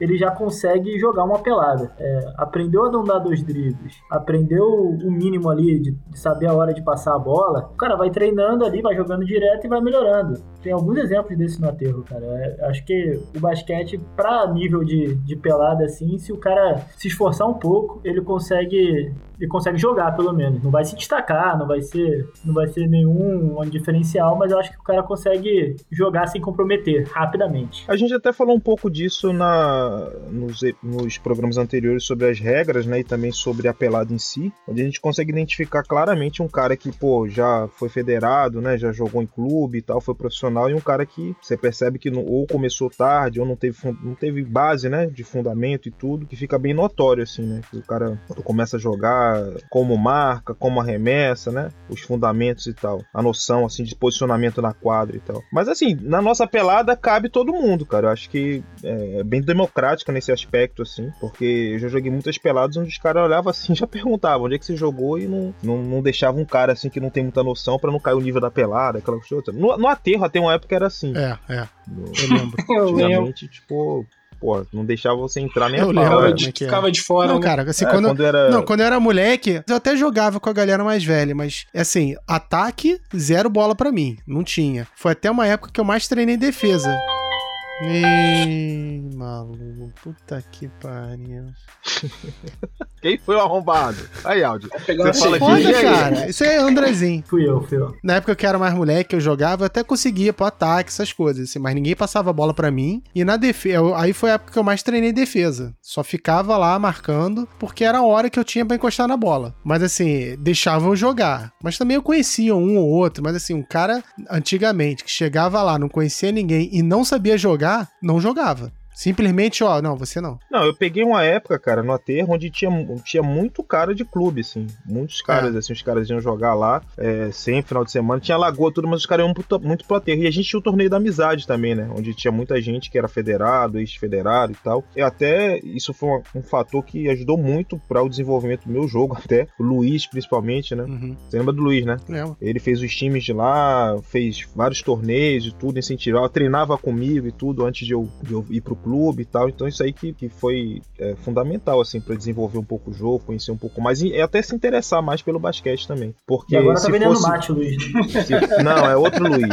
Speaker 1: ele já consegue jogar uma pelada. É, aprendeu a não dar dois dribles, aprendeu o mínimo ali de, de saber a hora de passar a bola, o cara vai treinando ali, vai jogando direto e vai melhorando. Tem alguns exemplos desse no aterro, cara. É, acho que o basquete, pra nível de, de pelada, assim, se o cara se esforçar um pouco, ele consegue... ele consegue jogar, pelo menos. Não vai se destacar, não vai ser, não vai ser nenhum um diferencial, mas eu acho que o cara consegue jogar sem comprometer, rapidamente.
Speaker 3: A gente até falou um pouco disso na, nos, nos programas anteriores sobre as regras, né, e também sobre a pelada em si, onde a gente consegue identificar claramente um cara que, pô, já foi federado, né, já jogou em clube e tal, foi profissional, e um cara que você percebe que não, ou começou tarde, ou não teve, não teve base, né, de fundamento e tudo, que fica bem notório, assim, né, que o cara, quando começa a jogar, como marca, como arremessa, né? Os fundamentos e tal. A noção, assim, de posicionamento na quadra e tal. Mas, assim, na nossa pelada cabe todo mundo, cara. Eu acho que é bem democrática nesse aspecto, assim, porque eu já joguei muitas peladas onde os caras olhavam assim e já perguntavam onde é que você jogou e não, não, não deixava um cara, assim, que não tem muita noção pra não cair o nível da pelada, aquela coisa. No, no aterro, até uma época era assim.
Speaker 2: É, é.
Speaker 3: No,
Speaker 2: eu lembro.
Speaker 3: Antigamente, tipo... Pô, não deixava você entrar nem
Speaker 2: eu
Speaker 3: a
Speaker 2: pau.
Speaker 3: Eu
Speaker 2: de,
Speaker 4: ficava de fora.
Speaker 2: Não,
Speaker 4: né?
Speaker 2: cara, assim,
Speaker 3: é,
Speaker 2: quando,
Speaker 3: quando, era...
Speaker 2: não, quando eu era moleque, eu até jogava com a galera mais velha, mas, assim, ataque, zero bola pra mim. Não tinha. Foi até uma época que eu mais treinei defesa. Ih, maluco, puta que pariu.
Speaker 3: Quem foi o arrombado? Aí, Aldi.
Speaker 4: Você
Speaker 2: fala foda, cara. Isso é Andrezinho.
Speaker 1: Fui eu, fui eu.
Speaker 2: Na época que eu era mais moleque, eu jogava, eu até conseguia pro ataque, essas coisas, assim, mas ninguém passava a bola pra mim. E na defesa, aí foi a época que eu mais treinei defesa. Só ficava lá marcando, porque era a hora que eu tinha pra encostar na bola. Mas assim, deixava eu jogar. Mas também eu conhecia um ou outro, mas assim, um cara antigamente que chegava lá, não conhecia ninguém e não sabia jogar, não jogava. Simplesmente, ó, não, você não.
Speaker 3: Não, eu peguei uma época, cara, no aterro, onde tinha, tinha muito cara de clube, assim. Muitos caras, é. assim, os caras iam jogar lá, é, sempre, final de semana. Tinha lagoa, tudo, mas os caras iam muito, muito pro aterro. E a gente tinha o torneio da amizade também, né? Onde tinha muita gente que era federado, ex-federado e tal. E até, isso foi um, um fator que ajudou muito para o desenvolvimento do meu jogo, até. O Luiz, principalmente, né? Uhum. Você lembra do Luiz, né?
Speaker 2: Lembro.
Speaker 3: Ele fez os times de lá, fez vários torneios e tudo, incentivava, treinava comigo e tudo, antes de eu, de eu ir pro clube e tal, então isso aí que, que foi é, fundamental, assim, pra desenvolver um pouco o jogo, conhecer um pouco mais e até se interessar mais pelo basquete também, porque
Speaker 1: e agora
Speaker 3: se
Speaker 1: tá vendendo
Speaker 3: fosse...
Speaker 1: mate, Luiz.
Speaker 3: Se... Não, é outro Luiz.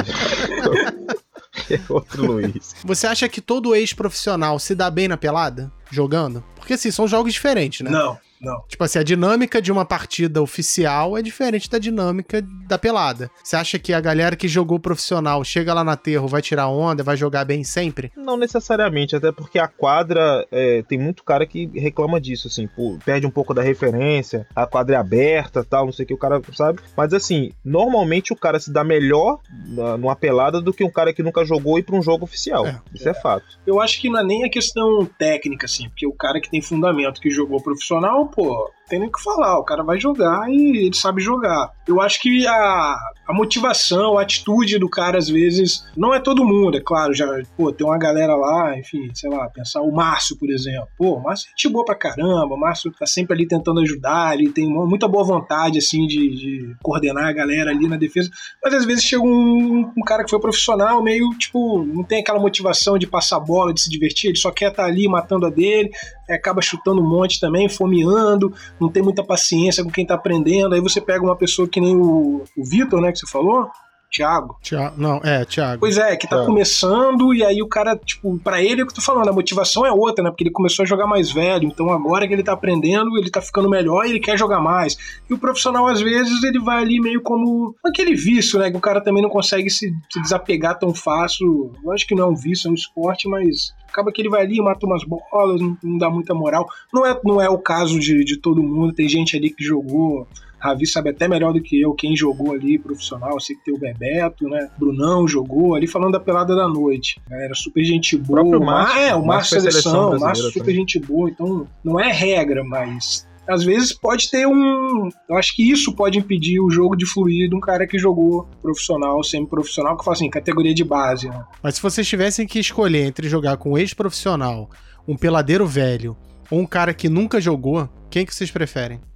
Speaker 3: É outro Luiz.
Speaker 2: Você acha que todo ex-profissional se dá bem na pelada? Jogando? Porque assim, são jogos diferentes, né?
Speaker 4: Não. Não.
Speaker 2: Tipo assim, a dinâmica de uma partida oficial é diferente da dinâmica da pelada. Você acha que a galera que jogou profissional chega lá no aterro, vai tirar onda, vai jogar bem sempre?
Speaker 3: Não necessariamente, até porque a quadra é, tem muito cara que reclama disso, assim, pô, perde um pouco da referência, a quadra é aberta, tal, não sei o que o cara sabe. Mas assim, normalmente o cara se dá melhor na, numa pelada do que um cara que nunca jogou ir pra um jogo oficial. É. Isso é. é fato.
Speaker 4: Eu acho que não é nem a questão técnica, assim, porque o cara que tem fundamento, que jogou profissional, pô, tem nem o que falar, o cara vai jogar e ele sabe jogar. Eu acho que a, a motivação, a atitude do cara, às vezes, não é todo mundo, é claro, já, pô, tem uma galera lá, enfim, sei lá, pensar o Márcio, por exemplo, pô, o Márcio é gente boa pra caramba, o Márcio tá sempre ali tentando ajudar, ele tem uma, muita boa vontade, assim, de, de coordenar a galera ali na defesa, mas às vezes chega um, um cara que foi profissional, meio, tipo, não tem aquela motivação de passar a bola, de se divertir, ele só quer estar ali matando a dele, acaba chutando um monte também, fomeando, não tem muita paciência com quem tá aprendendo. Aí você pega uma pessoa que nem o, o Vitor, né, que você falou, Thiago.
Speaker 2: Thiago. Não, é, Thiago.
Speaker 4: Pois é, que tá é. começando e aí o cara, tipo, pra ele é o que eu tô falando, a motivação é outra, né, porque ele começou a jogar mais velho, então agora que ele tá aprendendo, ele tá ficando melhor e ele quer jogar mais. E o profissional, às vezes, ele vai ali meio como aquele vício, né, que o cara também não consegue se, se desapegar tão fácil. Eu acho que não é um vício, é um esporte, mas acaba que ele vai ali, mata umas bolas, não, não dá muita moral. Não é, não é o caso de, de todo mundo, tem gente ali que jogou, Ravi sabe até melhor do que eu quem jogou ali profissional, eu sei que tem o Bebeto, né, Brunão jogou ali, falando da pelada da noite, galera super gente boa, o Márcio, é, o Márcio Seleção, o Márcio super gente boa, então não é regra, mas às vezes pode ter um... Eu acho que isso pode impedir o jogo de fluir de um cara que jogou profissional, semi-profissional, que fala assim, categoria de base, né?
Speaker 2: Mas se vocês tivessem que escolher entre jogar com um ex-profissional, um peladeiro velho, ou um cara que nunca jogou, quem que vocês preferem?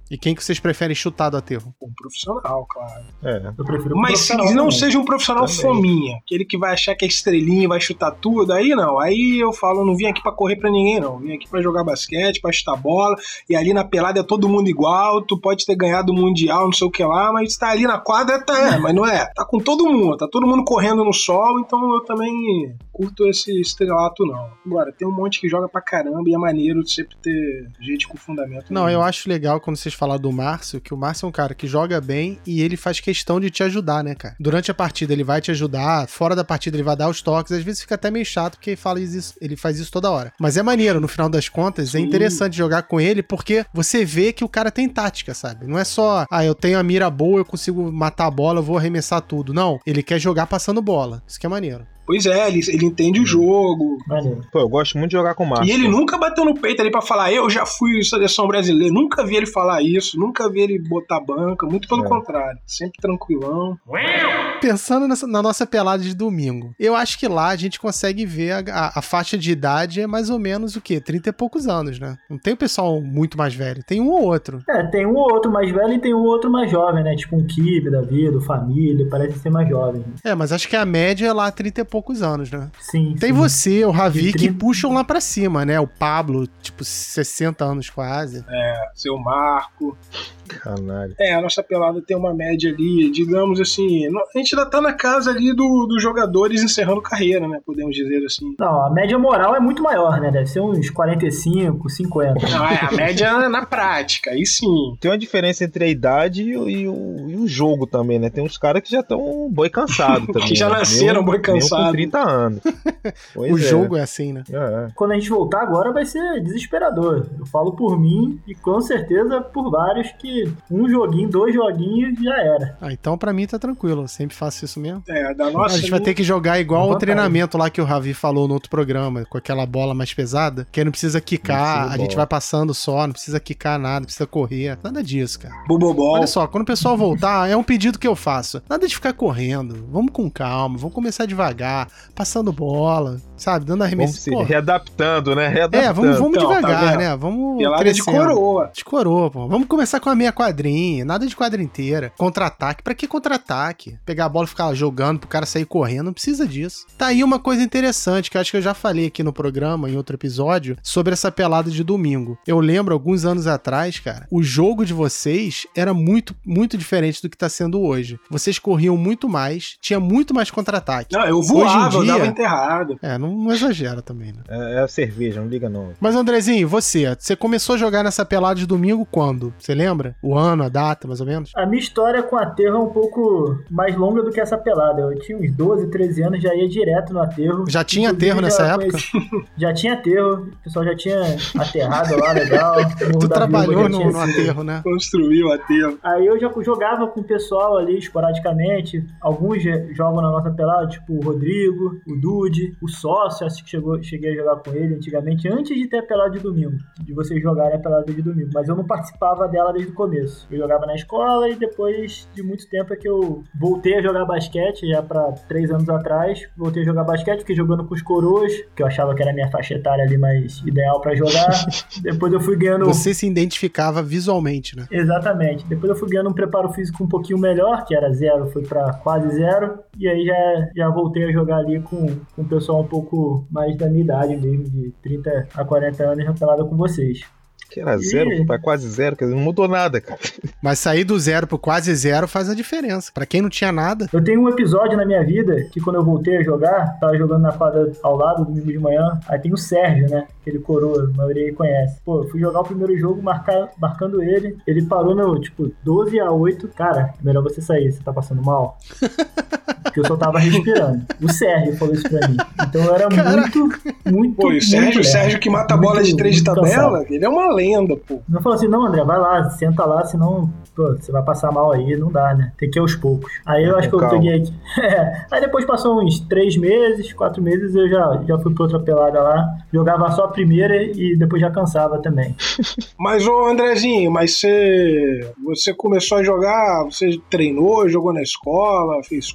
Speaker 2: E quem que vocês preferem chutar do aterro?
Speaker 4: Um profissional, claro.
Speaker 3: É.
Speaker 1: Eu prefiro um
Speaker 4: Mas se
Speaker 1: profissional
Speaker 4: não
Speaker 1: também.
Speaker 4: seja um profissional
Speaker 3: Também.
Speaker 4: fominha, aquele que vai achar que é estrelinha e vai chutar tudo, aí não. Aí eu falo, eu não vim aqui pra correr pra ninguém, não. Eu vim aqui pra jogar basquete, pra chutar bola, e ali na pelada é todo mundo igual, tu pode ter ganhado o Mundial, não sei o que lá, mas tá ali na quadra, tá, é, mas não é. Tá com todo mundo, tá todo mundo correndo no sol, então eu também curto esse estrelato, não. Agora, tem um monte que joga pra caramba e é maneiro sempre ter gente com fundamento.
Speaker 2: Não, eu acho legal quando vocês falam do Márcio, que o Márcio é um cara que joga bem e ele faz questão de te ajudar, né, cara? Durante a partida ele vai te ajudar, fora da partida ele vai dar os toques, às vezes fica até meio chato porque ele, fala isso, ele faz isso toda hora. Mas é maneiro, no final das contas,
Speaker 4: Sim.
Speaker 2: é interessante jogar com ele porque você vê que o cara tem tática, sabe? Não é só, ah, eu tenho a mira boa, eu consigo matar a bola, eu vou arremessar tudo. Não, ele quer jogar passando bola. Isso que é maneiro.
Speaker 4: Pois é, ele, ele entende o jogo.
Speaker 1: Maneiro.
Speaker 3: Pô, eu gosto muito de jogar com o Márcio.
Speaker 4: E ele nunca bateu no peito ali pra falar, eu já fui seleção brasileira. Nunca vi ele falar isso, nunca vi ele botar banca, muito pelo
Speaker 3: É.
Speaker 4: contrário. Sempre tranquilão.
Speaker 2: Pensando nessa- na nossa pelada de domingo, eu acho que lá a gente consegue ver a, a- a faixa de idade é mais ou menos o quê? trinta e poucos anos, né? Não tem o pessoal muito mais velho, tem um ou outro.
Speaker 1: É, tem um ou outro mais velho e tem um ou outro mais jovem, né? Tipo um Kibe da vida, o Família, parece ser mais jovem.
Speaker 2: É, mas acho que a média é lá trinta e poucos anos, né?
Speaker 1: Sim.
Speaker 2: Tem
Speaker 1: sim.
Speaker 2: você, o Ravi,
Speaker 1: De
Speaker 2: que
Speaker 1: trinta.
Speaker 2: puxam lá pra cima, né? O Pablo, tipo, sessenta anos quase.
Speaker 4: Seu Marco.
Speaker 3: Canalha.
Speaker 4: É, a nossa pelada tem uma média ali, digamos assim, no- a gente ainda tá na casa ali do- dos jogadores encerrando carreira, né? Podemos dizer assim.
Speaker 1: Não, a média moral é muito maior, né? Deve ser uns quarenta e cinco, cinquenta.
Speaker 4: Não, é a média na prática, aí sim.
Speaker 3: Tem uma diferença entre a idade e, o- e o, e o jogo também, né? Tem uns caras que já estão boi cansado também.
Speaker 4: Que já
Speaker 3: né?
Speaker 4: nasceram
Speaker 3: Mesmo-
Speaker 4: boi
Speaker 3: mesmo
Speaker 4: cansado.
Speaker 3: com trinta anos. Pois
Speaker 2: O
Speaker 3: é.
Speaker 2: jogo é assim, né?
Speaker 3: É.
Speaker 1: Quando a gente voltar agora vai ser desesperador. Eu falo por mim e com certeza por vários que um joguinho, dois joguinhos já era.
Speaker 2: Ah, então pra mim tá tranquilo, eu sempre faço isso mesmo.
Speaker 4: É, da nossa.
Speaker 2: a gente vai ter que jogar igual
Speaker 1: Com
Speaker 2: o
Speaker 1: vontade.
Speaker 2: treinamento lá que o Ravi falou no outro programa, com aquela bola mais pesada, que aí não precisa quicar,
Speaker 3: Não precisa
Speaker 2: a gente
Speaker 3: bola.
Speaker 2: vai passando só, não precisa quicar nada, não precisa correr, nada disso, cara.
Speaker 4: Bobobol.
Speaker 2: Olha só, quando o pessoal voltar, é um pedido que eu faço. Nada de ficar correndo, vamos com calma, vamos começar devagar, passando bola, sabe, dando
Speaker 3: Vamos
Speaker 2: arremesso.
Speaker 3: se
Speaker 2: Pô,
Speaker 3: readaptando, né? Readaptando.
Speaker 2: é, vamos, vamos
Speaker 4: Então, tá
Speaker 2: devagar,
Speaker 4: vendo?
Speaker 2: né? Vamos
Speaker 4: Pelada de
Speaker 2: crescendo.
Speaker 4: coroa.
Speaker 2: De coroa, pô. Vamos começar com a meia quadrinha, nada de quadra inteira. Contra-ataque. Pra que contra-ataque? Pegar a bola e ficar jogando pro cara sair correndo, não precisa disso. Tá aí uma coisa interessante, que eu acho que eu já falei aqui no programa, em outro episódio, sobre essa pelada de domingo. Eu lembro, alguns anos atrás, cara, o jogo de vocês era muito, muito diferente do que tá sendo hoje. Vocês corriam muito mais, tinha muito mais contra-ataque.
Speaker 4: Não, eu
Speaker 2: Hoje em
Speaker 4: voava, eu
Speaker 2: dia-
Speaker 4: dava enterrado.
Speaker 2: É, não, não exagera também, né?
Speaker 3: É, é a cerveja, não liga não.
Speaker 2: Mas, Andrezinho, você, você começou a jogar nessa pelada de domingo quando? Você lembra? O ano, a data, mais ou menos?
Speaker 1: A minha história com aterro é um pouco mais longa do que essa pelada. Eu tinha uns doze, treze anos, já ia direto no aterro.
Speaker 2: Já tinha
Speaker 1: Inclusive,
Speaker 2: aterro nessa
Speaker 1: já
Speaker 2: época?
Speaker 1: conheci- Já tinha aterro, o pessoal já tinha aterrado lá, legal. O Morro
Speaker 2: Tu
Speaker 1: da
Speaker 2: trabalhou
Speaker 1: Vilma já
Speaker 2: no,
Speaker 1: tinha
Speaker 2: no
Speaker 1: sido-
Speaker 2: aterro, né?
Speaker 4: Construiu aterro.
Speaker 1: Aí eu já jogava com o pessoal ali esporadicamente. Alguns je- jogam na nossa pelada, tipo o Rodrigo, o Dude, o Sócio, acho que chegou, cheguei a jogar com ele antigamente, antes de ter a pelada de domingo, de vocês jogarem a pelada de domingo. Mas eu não participava dela desde o começo. Eu jogava na escola e depois de muito tempo é que eu voltei a jogar basquete, já pra três anos atrás. Voltei a jogar basquete, fiquei jogando com os coroas, que eu achava que era a minha faixa etária ali mais ideal pra jogar. Depois eu fui ganhando...
Speaker 2: Você se identificava visualmente, né?
Speaker 1: Exatamente. Depois eu fui ganhando um preparo físico um pouquinho melhor, que era zero, foi pra quase zero. E aí já, já voltei a jogar ali com, com o pessoal um pouco mais da minha idade mesmo, de trinta a quarenta anos, já pelada com vocês.
Speaker 3: Que era zero,
Speaker 1: Ih.
Speaker 3: foi pra quase zero, quer dizer, não mudou nada, cara.
Speaker 2: Mas sair do zero pro quase zero faz a diferença. Pra quem não tinha nada,
Speaker 1: Eu tenho um episódio na minha vida que quando eu voltei a jogar, tava jogando na quadra ao lado, domingo de manhã, aí tem o Sérgio, né? Aquele coroa, a maioria aí conhece. Pô, eu fui jogar o primeiro jogo marcar, marcando ele, ele parou no, tipo, doze a oito. Cara, é melhor você sair, você tá passando mal? Porque eu só tava respirando. O Sérgio falou isso pra mim. Então eu era
Speaker 2: Caraca.
Speaker 1: muito, muito,
Speaker 4: Pô, e o
Speaker 1: muito
Speaker 4: Sérgio, o
Speaker 1: leve.
Speaker 4: Sérgio que mata a
Speaker 1: Muito-
Speaker 4: bola de três de
Speaker 1: muito
Speaker 4: tabela,
Speaker 1: cansado.
Speaker 4: ele é uma lenda, pô.
Speaker 1: Não falou assim, não, André, vai lá, senta lá, senão pô, você vai passar mal aí, não dá, né? Tem que ir aos poucos. Aí eu
Speaker 3: É,
Speaker 1: acho que
Speaker 3: com
Speaker 1: eu
Speaker 3: calma.
Speaker 1: peguei aqui. É. Aí depois passou uns três meses, quatro meses, eu já, já fui pra outra pelada lá. Jogava só a primeira e depois já cansava também.
Speaker 4: Mas, ô Andrezinho, mas você, você começou a jogar, você treinou, jogou na escola, fez clube?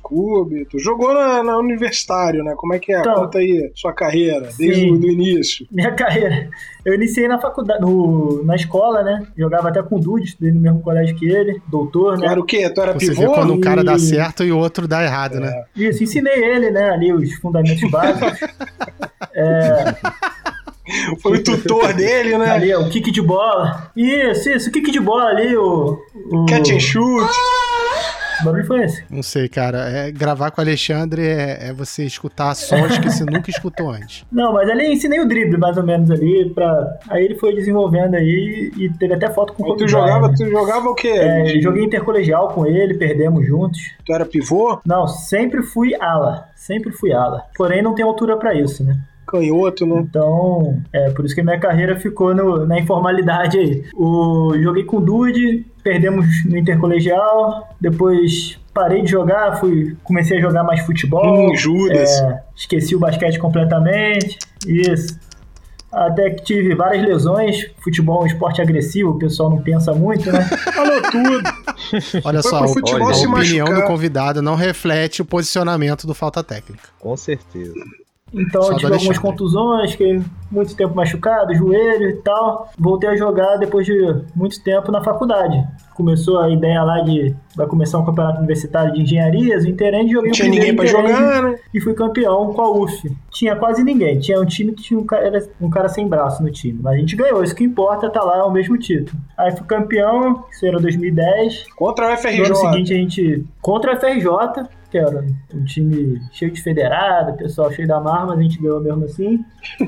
Speaker 4: Bito? Jogou na, na universitário, né? Como é que é?
Speaker 1: Então,
Speaker 4: conta aí sua carreira, desde
Speaker 1: sim.
Speaker 4: o do início.
Speaker 1: Minha carreira. Eu iniciei na faculdade, no, na escola, né? Jogava até com o Dude, estudei no mesmo colégio que ele, doutor, né?
Speaker 4: Tu era o quê? Tu era
Speaker 2: Você
Speaker 4: pivô?
Speaker 2: vê quando um cara dá
Speaker 1: E-
Speaker 2: certo e o outro dá errado,
Speaker 4: É.
Speaker 2: né?
Speaker 1: Isso, ensinei ele, né? Ali os fundamentos básicos. É,
Speaker 4: Foi o tutor dele, né?
Speaker 1: ali, ó, o kick de bola. Isso, isso, o kick de bola ali, o. o...
Speaker 4: Catch and shoot.
Speaker 1: Que barulho foi esse?
Speaker 2: Não sei, cara. É, gravar com o Alexandre é, é você escutar sons que você nunca escutou antes.
Speaker 1: Não, mas ali ensinei o drible, mais ou menos, ali. Pra... Aí ele foi desenvolvendo aí e teve até foto com o
Speaker 4: Aí
Speaker 1: Kobe
Speaker 4: tu jogava,
Speaker 1: Bryant, né?
Speaker 4: tu jogava o quê?
Speaker 1: É, joguei intercolegial com ele, perdemos juntos.
Speaker 4: Tu era pivô?
Speaker 1: Não, sempre fui ala. Sempre fui ala. Porém, não tenho altura pra isso, né?
Speaker 4: Canhoto, né?
Speaker 1: Então, é por isso que a minha carreira ficou no- na informalidade aí. O, joguei com o Dude, perdemos no intercolegial, depois parei de jogar, fui, comecei a jogar mais futebol.
Speaker 4: Hum, Judas.
Speaker 1: É, esqueci o basquete completamente. Isso. Até que tive várias lesões. Futebol é um esporte agressivo, o pessoal não pensa muito, né?
Speaker 4: Falou tudo.
Speaker 2: Olha
Speaker 4: Foi
Speaker 2: só,
Speaker 4: pro
Speaker 2: a
Speaker 4: futebol
Speaker 2: a
Speaker 4: se
Speaker 2: opinião
Speaker 4: machucar.
Speaker 2: do convidado não reflete o posicionamento do Falta Técnica.
Speaker 3: Com certeza.
Speaker 1: Então
Speaker 2: Só
Speaker 1: eu
Speaker 2: do
Speaker 1: tive algumas
Speaker 2: Alexandre.
Speaker 1: contusões, fiquei muito tempo machucado, joelho e tal. Voltei a jogar depois de muito tempo na faculdade. Começou a ideia lá de vai começar um campeonato universitário de engenharias, o Interend, joguei
Speaker 4: Não
Speaker 1: o
Speaker 4: tinha
Speaker 1: primeiro
Speaker 4: ninguém pra
Speaker 1: Interend
Speaker 4: jogar, né?
Speaker 1: e fui campeão com a U F. Tinha quase ninguém, tinha um time que tinha um cara, um cara sem braço no time, mas a gente ganhou, isso que importa, tá lá, é o mesmo título. Aí fui campeão, isso era dois mil e dez.
Speaker 4: Contra o F R
Speaker 1: No ano
Speaker 4: J.
Speaker 1: seguinte a gente, contra a F R J, que era um time cheio de federado, pessoal cheio da mar, mas a gente ganhou mesmo assim.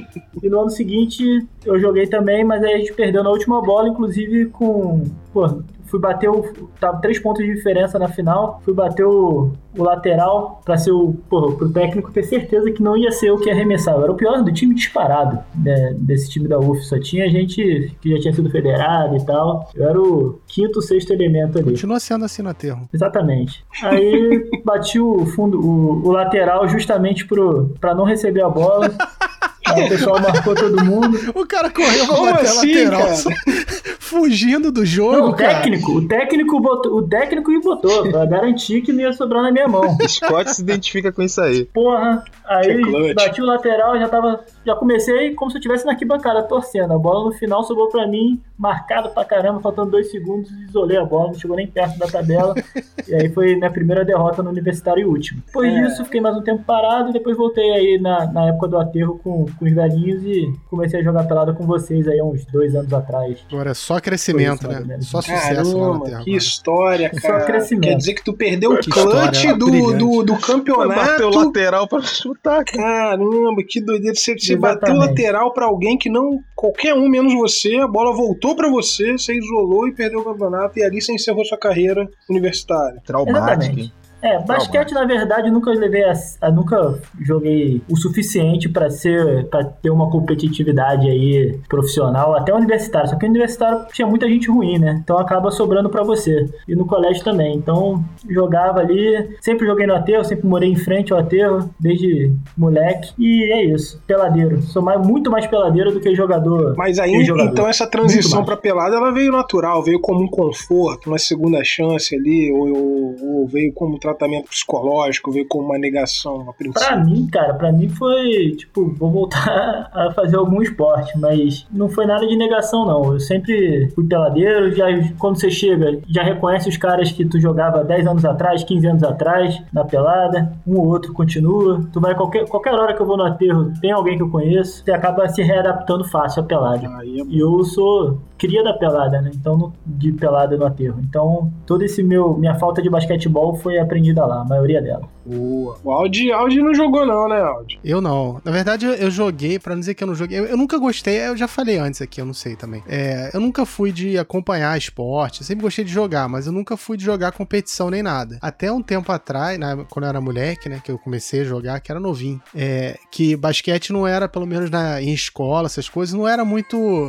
Speaker 1: E no ano seguinte eu joguei também, mas aí a gente perdeu na última bola, inclusive com... Pô, fui bater o... Tava três pontos de diferença na final, fui bater o, o lateral pra ser o... Pô, pro técnico ter certeza que não ia ser o que arremessava. Eu era o pior do time disparado, né, desse time da U F. Só tinha gente que já tinha sido federado e tal. Eu era o quinto, sexto elemento ali.
Speaker 2: Continua sendo assim no aterro.
Speaker 1: Exatamente. Aí bati o fundo, o, o lateral justamente pro, pra não receber a bola. Aí o pessoal marcou todo mundo.
Speaker 2: O cara correu pra
Speaker 4: Como
Speaker 2: bater
Speaker 4: assim,
Speaker 2: lateral,
Speaker 4: cara?
Speaker 2: só- fugindo do jogo,
Speaker 1: Não, o
Speaker 2: cara.
Speaker 1: técnico, o técnico botou, o técnico me botou, pra garantir que não ia sobrar na minha mão.
Speaker 3: Scott se identifica com isso aí.
Speaker 1: Porra, aí
Speaker 4: Que clutch.
Speaker 1: bati o lateral, já tava. Já comecei como se eu estivesse na arquibancada torcendo. A bola no final sobrou pra mim, marcado pra caramba, faltando dois segundos, isolei a bola, não chegou nem perto da tabela. E aí foi minha primeira derrota no universitário e última. Depois
Speaker 4: É.
Speaker 1: disso, fiquei mais um tempo parado e depois voltei aí na, na época do aterro com, com os velhinhos e comecei a jogar pelada com vocês aí há uns dois anos atrás.
Speaker 2: Agora é só crescimento,
Speaker 1: Foi isso, mais ou
Speaker 2: né?
Speaker 1: menos.
Speaker 2: Só sucesso lá na
Speaker 4: Caramba,
Speaker 2: terra.
Speaker 4: que história,
Speaker 1: Só
Speaker 4: cara.
Speaker 1: crescimento.
Speaker 4: Quer dizer que tu perdeu o
Speaker 2: Que
Speaker 4: clutch
Speaker 2: história
Speaker 4: do,
Speaker 2: brilhante.
Speaker 4: do, do
Speaker 3: Vai bater o
Speaker 4: campeonato.
Speaker 3: lateral pra chutar, cara.
Speaker 4: Caramba, que doideira. Você, você bateu o
Speaker 1: Exatamente.
Speaker 4: lateral pra alguém que não. Qualquer um menos você, a bola voltou pra você, você isolou e perdeu o campeonato, e ali você encerrou sua carreira universitária.
Speaker 3: Traumático,
Speaker 1: Exatamente.
Speaker 3: hein?
Speaker 1: É, basquete na verdade eu nunca levei a, a- nunca joguei o suficiente pra ser para ter uma competitividade aí profissional, até universitário. Só que universitário tinha muita gente ruim, né? Então acaba sobrando pra você. E no colégio também. Então jogava ali, sempre joguei no aterro, sempre morei em frente ao aterro desde moleque. E é isso, peladeiro. Sou mais, muito mais peladeiro do que jogador.
Speaker 4: Mas aí,
Speaker 1: e jogador.
Speaker 4: então, essa
Speaker 1: Muito
Speaker 4: transição
Speaker 1: mais.
Speaker 4: pra pelada, ela veio natural, veio como um conforto, uma segunda chance ali, ou, ou- ou veio como um tratamento psicológico, veio como uma negação a princípio.
Speaker 1: Pra mim, cara, pra mim foi, tipo, vou voltar a fazer algum esporte, mas não foi nada de negação, não. Eu sempre fui peladeiro, já, quando você chega, já reconhece os caras que tu jogava dez anos atrás, quinze anos atrás, na pelada, um ou outro continua. Tu vai, qualquer, qualquer hora que eu vou no aterro, tem alguém que eu conheço, você acaba se readaptando fácil à pelada.
Speaker 4: Aí é
Speaker 1: E eu sou cria da pelada, né? Então, no- de pelada no aterro. Então, toda esse meu minha falta de basquetebol foi aprendida lá, a maioria dela.
Speaker 4: boa. O Audi, Audi não jogou não, né, Audi?
Speaker 2: Eu não. Na verdade, eu, eu joguei, pra não dizer que eu não joguei. Eu, eu nunca gostei, eu já falei antes aqui, eu não sei também. É, eu nunca fui de acompanhar esporte, eu sempre gostei de jogar, mas eu nunca fui de jogar competição nem nada. Até um tempo atrás, na- quando eu era moleque, né, que eu comecei a jogar, que era novinho, é, que basquete não era, pelo menos na, em escola, essas coisas, não era muito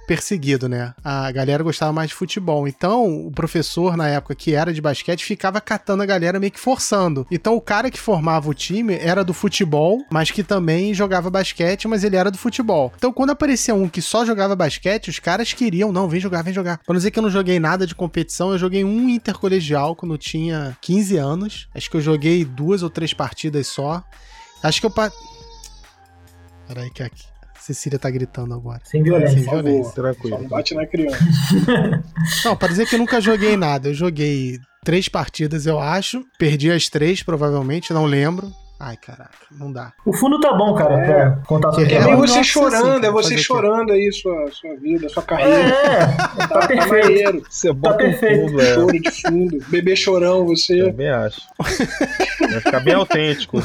Speaker 2: perseguido, né? A galera gostava mais de futebol. Então, o professor, na época que era de basquete, ficava catando a galera meio que forçando. Então, o cara que formava o time era do futebol, mas que também jogava basquete, mas ele era do futebol. Então, quando aparecia um que só jogava basquete, os caras queriam, não, vem jogar, vem jogar. Pra não dizer que eu não joguei nada de competição, eu joguei um intercolegial quando eu tinha quinze anos. Acho que eu joguei duas ou três partidas só. Acho que eu... Pa... Peraí que aqui... Cecília tá gritando agora.
Speaker 1: Sem violência.
Speaker 2: Sem violência.
Speaker 3: Tranquilo.
Speaker 4: Só não bate na criança.
Speaker 2: Não, pra dizer que eu nunca joguei nada. Eu joguei três partidas, eu acho. Perdi as três, provavelmente, não lembro. Ai, caraca, não dá.
Speaker 1: O fundo tá bom, cara,
Speaker 4: É.
Speaker 1: pra contar
Speaker 2: Que
Speaker 1: tudo.
Speaker 4: É
Speaker 2: É,
Speaker 4: meio
Speaker 2: o
Speaker 4: você
Speaker 2: nosso
Speaker 4: chorando,
Speaker 2: assim, cara,
Speaker 4: é você
Speaker 2: fazer o quê?
Speaker 4: chorando aí sua, sua vida, sua carreira.
Speaker 1: É, tá
Speaker 4: Tá
Speaker 1: perfeito.
Speaker 4: maneiro.
Speaker 3: Você bota um
Speaker 1: perfeito.
Speaker 3: fundo, é.
Speaker 4: Choro de fundo. Bebê chorão, você.
Speaker 3: Também acho. Vai ficar bem autêntico.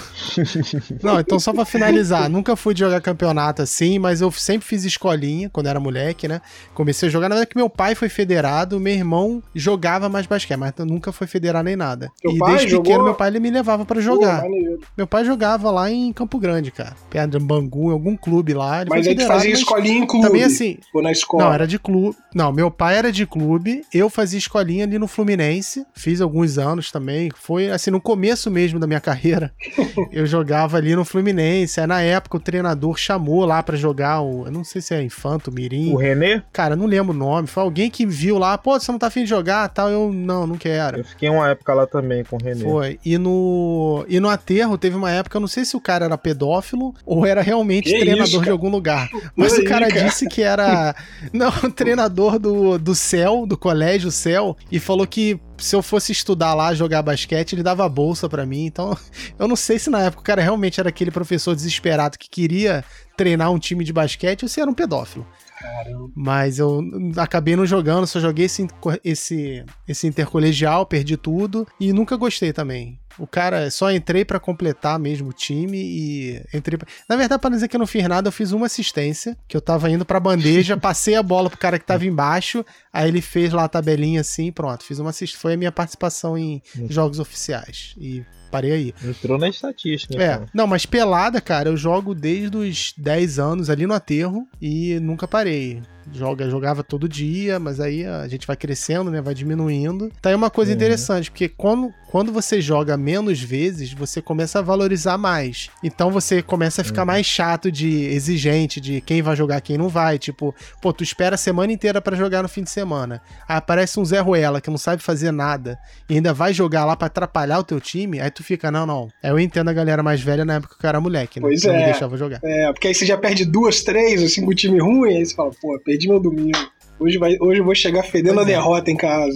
Speaker 2: Não, então só pra finalizar, nunca fui de jogar campeonato assim, mas eu sempre fiz escolinha quando era moleque, né? Comecei a jogar, na verdade que meu pai foi federado, meu irmão jogava mais basquete, mas nunca foi federado nem nada.
Speaker 4: Teu
Speaker 2: e
Speaker 4: pai
Speaker 2: desde pequeno
Speaker 4: jogou?
Speaker 2: meu pai ele me levava pra
Speaker 4: Pô,
Speaker 2: jogar.
Speaker 4: maneiro.
Speaker 2: Meu pai jogava lá em Campo Grande, cara. Perto de Bangu, em algum clube lá. Ele
Speaker 4: Mas
Speaker 2: foi
Speaker 4: aí tu
Speaker 2: federado,
Speaker 4: fazia
Speaker 2: mas
Speaker 4: escolinha em clube.
Speaker 2: também assim...
Speaker 4: Ou na escola.
Speaker 2: Não, era de clube. Não, meu pai era de clube, eu fazia escolinha ali no Fluminense, fiz alguns anos também. Foi assim, no começo mesmo da minha carreira, eu jogava ali no Fluminense. Aí na época o treinador chamou lá pra jogar o. Eu não sei se é Infanto, Mirim.
Speaker 3: O René,
Speaker 2: Cara, eu não lembro o nome. Foi alguém que viu lá, pô, você não tá afim de jogar tal. Eu, não, não quero.
Speaker 3: eu fiquei uma época lá também com o René.
Speaker 2: Foi. E no, e no aterro teve uma época, eu não sei se o cara era pedófilo ou era realmente
Speaker 4: Que
Speaker 2: treinador
Speaker 4: isso,
Speaker 2: de
Speaker 4: cara?
Speaker 2: algum lugar. Mas
Speaker 4: Olha
Speaker 2: o cara
Speaker 4: aí, cara.
Speaker 2: disse que era não, treinador do, do Céu, do colégio Céu, e falou que se eu fosse estudar lá, jogar basquete, ele dava bolsa pra mim. Então, eu não sei se na época o cara realmente era aquele professor desesperado que queria treinar um time de basquete ou se era um pedófilo.
Speaker 4: Caramba.
Speaker 2: Mas eu acabei não jogando, só joguei esse, esse, esse intercolegial, perdi tudo e nunca gostei também. O cara, só entrei pra completar mesmo o time e entrei pra... Na verdade, pra não dizer que eu não fiz nada, eu fiz uma assistência, que eu tava indo pra bandeja, passei a bola pro cara que tava embaixo, aí ele fez lá a tabelinha assim, pronto, fiz uma assistência. Foi a minha participação em jogos oficiais e parei aí.
Speaker 3: Entrou na estatística,
Speaker 2: É,
Speaker 3: então.
Speaker 2: não, mas pelada, cara, eu jogo desde os dez anos ali no aterro e nunca parei. Joga, jogava todo dia, mas aí a gente vai crescendo, né? Vai diminuindo. Tá aí uma coisa
Speaker 3: Uhum.
Speaker 2: interessante, porque quando, quando você joga menos vezes, você começa a valorizar mais. Então você começa a ficar
Speaker 3: Uhum.
Speaker 2: mais chato, de exigente, de quem vai jogar, quem não vai. Tipo, pô, tu espera a semana inteira pra jogar no fim de semana. Aí aparece um Zé Ruela que não sabe fazer nada e ainda vai jogar lá pra atrapalhar o teu time, aí tu fica, não, não. Aí eu entendo a galera mais velha na época que eu era moleque, né?
Speaker 4: Pois
Speaker 2: Não me
Speaker 4: é.
Speaker 2: deixava jogar.
Speaker 4: É, porque aí você já perde duas, três, assim, com o time ruim, aí você fala, pô, perdi meu domingo. Hoje, vai, hoje eu vou chegar fedendo
Speaker 2: Pois
Speaker 4: a
Speaker 2: é.
Speaker 4: derrota em casa.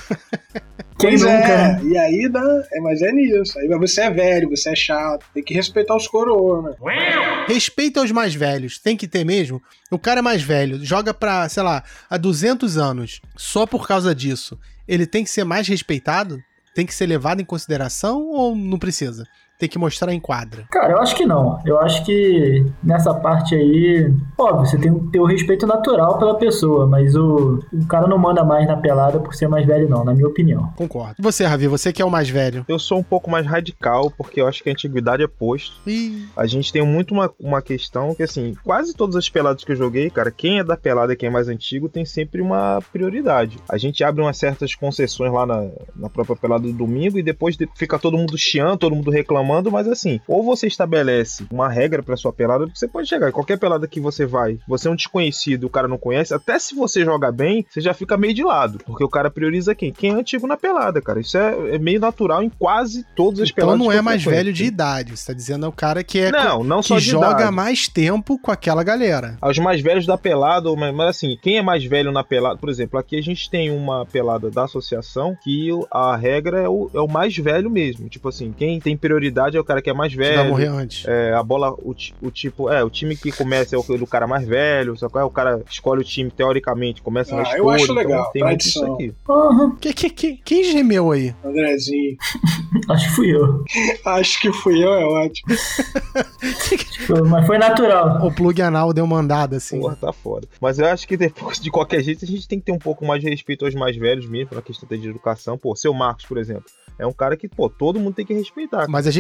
Speaker 1: Quem
Speaker 4: Pois
Speaker 1: nunca,
Speaker 4: é,
Speaker 1: né?
Speaker 4: e aí dá, é, mas é nisso. Aí você é velho, você é chato, tem que respeitar os coroas, né?
Speaker 2: Respeito aos mais velhos, tem que ter mesmo. O cara é mais velho, joga pra, sei lá, há duzentos anos. Só por causa disso, ele tem que ser mais respeitado? Tem que ser levado em consideração ou não precisa? Tem que mostrar em quadra.
Speaker 1: Cara, eu acho que não. Eu acho que nessa parte aí, óbvio, você tem que ter o respeito natural pela pessoa, mas o, o cara não manda mais na pelada por ser mais velho, não, na minha opinião.
Speaker 2: Concordo. E você, Ravi, você que é o mais velho.
Speaker 3: Eu sou um pouco mais radical, porque eu acho que a antiguidade é posto.
Speaker 2: Ih,
Speaker 3: A gente tem muito uma, uma questão que, assim, quase todas as peladas que eu joguei, cara, quem é da pelada e quem é mais antigo tem sempre uma prioridade. A gente abre umas certas concessões lá na, na própria pelada do domingo e depois de- fica todo mundo chiando, todo mundo reclamando, mas assim, ou você estabelece uma regra pra sua pelada, porque você pode chegar, qualquer pelada que você vai, você é um desconhecido, o cara não conhece, até se você joga bem, você já fica meio de lado, porque o cara prioriza quem? Quem é antigo na pelada, cara. Isso é, é meio natural em quase todas as
Speaker 2: então
Speaker 3: peladas
Speaker 2: não
Speaker 3: que
Speaker 2: é
Speaker 3: eu
Speaker 2: mais
Speaker 3: frequento.
Speaker 2: velho de idade. Você tá dizendo é o cara que é
Speaker 3: Não, não
Speaker 2: que
Speaker 3: só de
Speaker 2: joga
Speaker 3: idade.
Speaker 2: mais tempo com aquela galera.
Speaker 3: Aos mais velhos da pelada, mas, mas assim, quem é mais velho na pelada, por exemplo, aqui a gente tem uma pelada da associação que o- a regra é o, é o mais velho mesmo. Tipo assim, quem tem prioridade é o cara que é mais
Speaker 2: Que vai
Speaker 3: velho.
Speaker 2: morrer antes.
Speaker 3: É, a bola, o, ti- o tipo, é, o time que começa é o do cara mais velho, só que o cara escolhe o time teoricamente, começa na
Speaker 4: Ah,
Speaker 3: escolha.
Speaker 4: eu acho
Speaker 3: então
Speaker 4: legal,
Speaker 3: tem muito isso
Speaker 4: tradição.
Speaker 3: aqui.
Speaker 1: Aham,
Speaker 2: Que, que, que, quem gemeu aí?
Speaker 4: Andrezinho.
Speaker 1: acho que fui eu.
Speaker 4: Acho que fui eu, é ótimo.
Speaker 1: Mas foi natural.
Speaker 2: O plug anal deu mandada, assim.
Speaker 3: Porra, tá foda. Mas eu acho que depois, de qualquer jeito, a gente tem que ter um pouco mais de respeito aos mais velhos mesmo, na questão de educação. Pô, seu Marcos, por exemplo, é um cara que, pô, todo mundo tem que respeitar.
Speaker 2: Mas a gente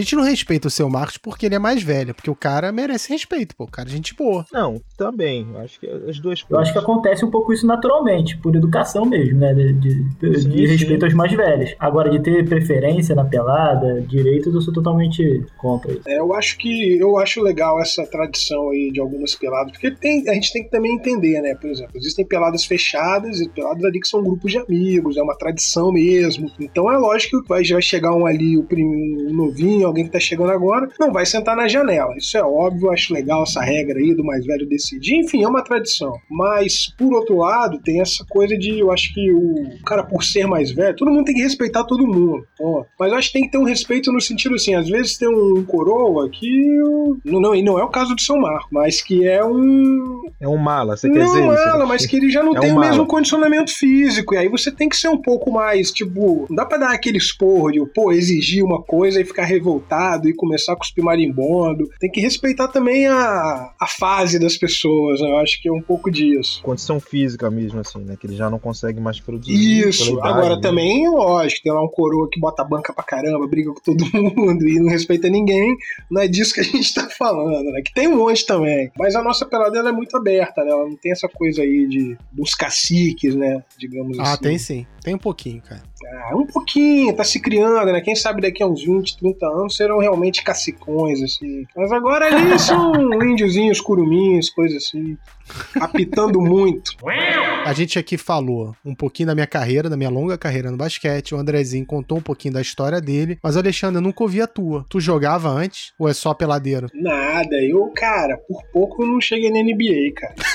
Speaker 2: gente não respeita o seu Marcos porque ele é mais velho, porque o cara merece respeito, pô, o cara é gente boa.
Speaker 3: Não, também, acho que as duas coisas.
Speaker 1: Eu acho que acontece um pouco isso naturalmente, por educação mesmo, né, de, de, de,
Speaker 3: sim,
Speaker 1: de respeito
Speaker 3: sim.
Speaker 1: aos mais velhos. Agora, de ter preferência na pelada, direitos, eu sou totalmente contra isso.
Speaker 4: É, eu acho que, eu acho legal essa tradição aí de algumas peladas, porque tem, a gente tem que também entender, né, por exemplo, existem peladas fechadas e peladas ali que são grupos de amigos, é uma tradição mesmo, então é lógico que vai, vai chegar um ali, o um novinho, alguém que tá chegando agora, não vai sentar na janela, isso é óbvio, eu acho legal essa regra aí do mais velho decidir, enfim, é uma tradição, mas por outro lado, tem essa coisa de, eu acho que o cara por ser mais velho, todo mundo tem que respeitar todo mundo, ó, mas eu acho que tem que ter um respeito no sentido assim, às vezes tem um coroa que, não, não, e não é o caso do São Marco, mas que é um...
Speaker 3: É um mala, você quer
Speaker 4: não
Speaker 3: dizer
Speaker 4: mala,
Speaker 3: isso?
Speaker 4: Não, mas que ele já não
Speaker 3: é
Speaker 4: tem
Speaker 3: um
Speaker 4: o mesmo
Speaker 3: mala.
Speaker 4: condicionamento físico, e aí você tem que ser um pouco mais, tipo, não dá pra dar aquele esporro de, pô, exigir uma coisa e ficar revoltado e começar a cuspir marimbondo. Tem que respeitar também a, a fase das pessoas, né? Eu acho que é um pouco disso.
Speaker 3: Condição física mesmo, assim, né? Que ele já não consegue mais produzir.
Speaker 4: Isso, agora também, lógico, tem lá um coroa que bota a banca pra caramba, briga com todo mundo e não respeita ninguém, não é disso que a gente tá falando, né? Que tem um monte também. Mas a nossa pelada ela é muito aberta, né? Ela não tem essa coisa aí de, dos caciques, né? Digamos assim.
Speaker 2: Ah, tem sim. Tem um pouquinho, cara.
Speaker 4: Ah, um pouquinho, tá se criando, né? Quem sabe daqui a uns vinte, trinta anos serão realmente cacicões, assim. Mas agora ali são índiozinhos, curuminhos, coisas assim. Apitando muito.
Speaker 2: A gente aqui falou um pouquinho da minha carreira, da minha longa carreira no basquete. O Andrezinho contou um pouquinho da história dele. Mas, Alexandre, eu nunca ouvi a tua. Tu jogava antes ou é só peladeiro?
Speaker 4: Nada. Eu, cara, por pouco eu não cheguei na N B A, cara.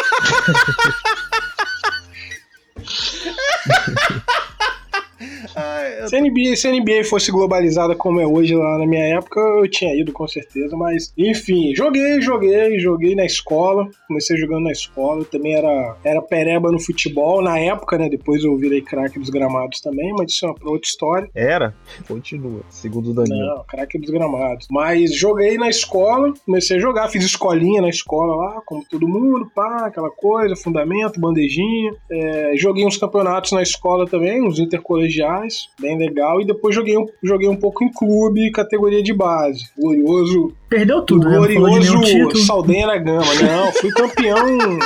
Speaker 4: Ai, se, a N B A, se a N B A fosse globalizada como é hoje lá na minha época, eu tinha ido com certeza, mas enfim, joguei, joguei, joguei na escola, comecei jogando na escola, eu também era, era pereba no futebol na época, né, depois eu virei craque dos gramados também, mas isso é uma outra história.
Speaker 3: Era? Continua, segundo o Danilo.
Speaker 4: Não, craque dos gramados. Mas joguei na escola, comecei a jogar, fiz escolinha na escola lá, como todo mundo, pá, aquela coisa, fundamento, bandejinha, é, joguei uns campeonatos na escola também, uns intercolegiais, bem legal, e depois joguei um, joguei um pouco em clube, categoria de base. Glorioso.
Speaker 1: Perdeu tudo,
Speaker 4: glorioso
Speaker 1: né? Glorioso
Speaker 4: Saldanha da Gama. Não, fui campeão.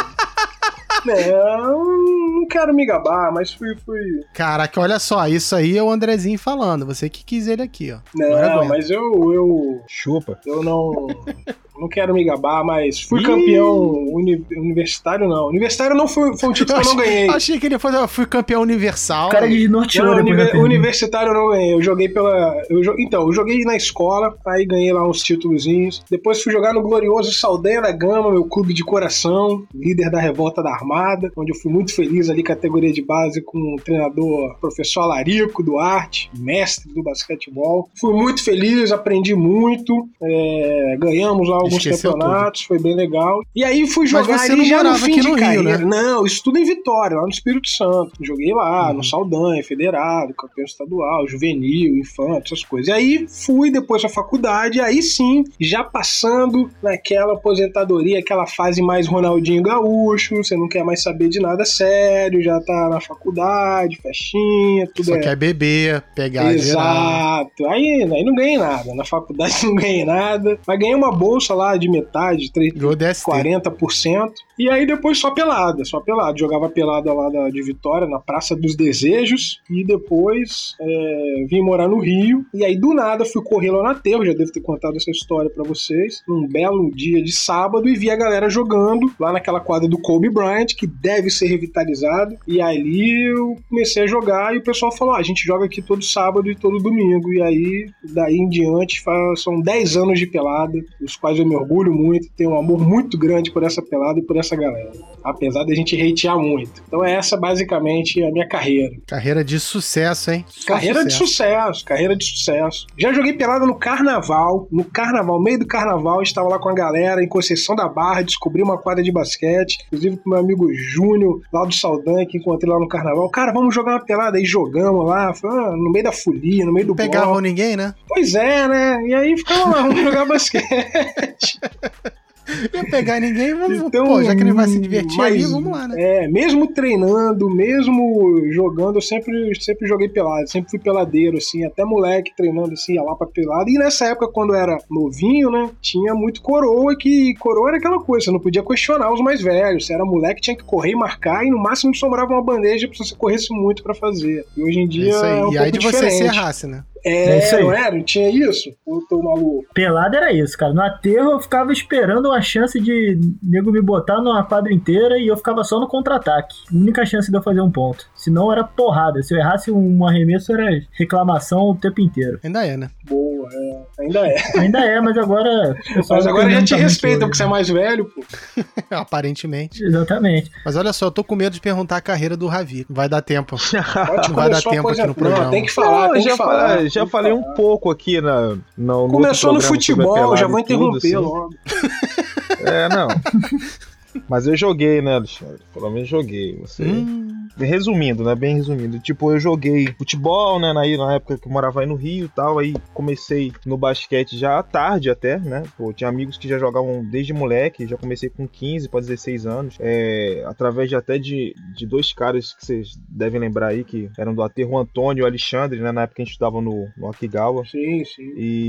Speaker 4: Não, não quero me gabar, mas fui, fui.
Speaker 2: Caraca, olha só, isso aí é o Andrezinho falando. Você que quis ele aqui, ó.
Speaker 4: Não, mas eu, eu.
Speaker 3: Chupa.
Speaker 4: Eu não. Não quero me gabar, mas fui Ih. campeão uni- universitário, não. Universitário não foi, foi um título que eu não ganhei.
Speaker 2: Achei que ele foi, eu fui campeão universal.
Speaker 1: O cara de norteou.
Speaker 4: Uni- universitário eu não ganhei. Eu joguei pela... Eu, então, eu joguei na escola, aí ganhei lá uns títulozinhos. Depois fui jogar no glorioso Saldanha da Gama, meu clube de coração, líder da Revolta da Armada, onde eu fui muito feliz ali, categoria de base, com o treinador professor Alarico Duarte, mestre do basquetebol. Fui muito feliz, aprendi muito, é, ganhamos lá alguns Esqueceu campeonatos, tudo. Foi bem legal. E aí fui jogar ali já no fim de no carreira. Rio, né? Não, isso tudo em Vitória, lá no Espírito Santo. Joguei lá, uhum. no Saldanha, Federado, campeão estadual, juvenil, infante, essas coisas. E aí fui depois pra faculdade, aí sim, já passando naquela aposentadoria, aquela fase mais Ronaldinho Gaúcho, você não quer mais saber de nada sério, já tá na faculdade, festinha, tudo
Speaker 2: Só
Speaker 4: é...
Speaker 2: quer beber, pegar
Speaker 4: Exato.
Speaker 2: Geral.
Speaker 4: Aí, aí não ganhei nada. Na faculdade não ganhei nada. Mas ganhei uma bolsa lá de metade, quarenta por cento. E aí depois só pelada, só pelada. Jogava pelada lá da, de Vitória, na Praça dos Desejos. E depois é, vim morar no Rio. E aí do nada fui correr lá no aterro, já devo ter contado essa história pra vocês. Num belo dia de sábado e vi a galera jogando lá naquela quadra do Kobe Bryant, que deve ser revitalizado. E ali eu comecei a jogar e o pessoal falou, ah, a gente joga aqui todo sábado e todo domingo. E aí, daí em diante, são dez anos de pelada, os quais eu me orgulho muito, tenho um amor muito grande por essa pelada e por essa galera, apesar da gente hatear muito. Então é essa basicamente a minha carreira.
Speaker 2: Carreira de sucesso, hein? Só
Speaker 4: carreira
Speaker 2: sucesso.
Speaker 4: de sucesso, carreira de sucesso. Já joguei pelada no carnaval, no carnaval, meio do carnaval, estava lá com a galera em Conceição da Barra, descobri uma quadra de basquete, inclusive com meu amigo Júnior, lá do Saldanha, que encontrei lá no carnaval. Cara, vamos jogar uma pelada, aí jogamos lá, foi, ah, no meio da folia, no meio do
Speaker 2: Pegavam
Speaker 4: bloco.
Speaker 2: ninguém, né?
Speaker 4: Pois é, né? E aí ficava lá, vamos jogar basquete.
Speaker 2: Não ia pegar ninguém, vamos,
Speaker 4: Então,
Speaker 2: pô, já que ele vai se divertir
Speaker 4: mas,
Speaker 2: ali, vamos lá, né?
Speaker 4: É, mesmo treinando, mesmo jogando, eu sempre, sempre joguei pelado, sempre fui peladeiro, assim, até moleque treinando, assim, ia lá pra pelado. E nessa época, quando eu era novinho, né, tinha muito coroa, que coroa era aquela coisa, você não podia questionar os mais velhos, você era moleque, tinha que correr e marcar, e no máximo sobrava uma bandeja pra você corresse muito pra fazer. E hoje em dia
Speaker 2: É isso aí.
Speaker 4: é um
Speaker 2: E
Speaker 4: pouco
Speaker 2: aí de
Speaker 4: diferente.
Speaker 2: você se errasse, né?
Speaker 4: É,
Speaker 1: É isso aí.
Speaker 4: não era? Não tinha isso? Eu tô maluco.
Speaker 1: Pelada era isso, cara. No aterro eu ficava esperando uma chance de nego me botar numa quadra inteira e eu ficava só no contra-ataque. Única chance de eu fazer um ponto. Senão era porrada. Se eu errasse um arremesso era reclamação o tempo inteiro.
Speaker 2: Ainda é, né?
Speaker 4: Boa, é. Ainda é.
Speaker 1: Ainda é, mas agora... o pessoal
Speaker 4: Mas agora
Speaker 1: tem
Speaker 4: já
Speaker 1: muita
Speaker 4: te respeitam,
Speaker 1: muito
Speaker 4: porque você é mais velho, pô.
Speaker 2: Aparentemente.
Speaker 1: Exatamente.
Speaker 2: Mas olha só, eu tô com medo de perguntar a carreira do Ravi. Vai dar tempo.
Speaker 4: Pode
Speaker 2: Não vai dar
Speaker 4: começar a
Speaker 2: tempo aqui no
Speaker 4: aposentar.
Speaker 2: programa.
Speaker 4: Não, tem que falar,
Speaker 3: Não,
Speaker 4: tem
Speaker 3: já
Speaker 4: que falar.
Speaker 3: falei, já
Speaker 4: tem que
Speaker 3: falei um
Speaker 4: falar.
Speaker 3: pouco aqui na, no, no
Speaker 4: Começou no
Speaker 3: outro programa sobre
Speaker 4: futebol,
Speaker 3: pelada
Speaker 4: já vou
Speaker 3: e tudo,
Speaker 4: interromper
Speaker 3: assim.
Speaker 4: logo.
Speaker 3: É, não. Mas eu joguei, né, Alexandre? Pelo menos joguei. Você...
Speaker 2: Hum.
Speaker 3: Resumindo, né? Bem resumindo. Tipo, eu joguei futebol, né? Na, na época que eu morava aí no Rio e tal. Aí comecei no basquete já à tarde até, né? Pô, tinha amigos que já jogavam desde moleque. Já comecei com quinze para dezesseis anos. É, através de até de, de dois caras que vocês devem lembrar aí, que eram do aterro, o Antônio e o Alexandre, né? Na época que a gente estudava no, no Akigawa.
Speaker 4: Sim, sim.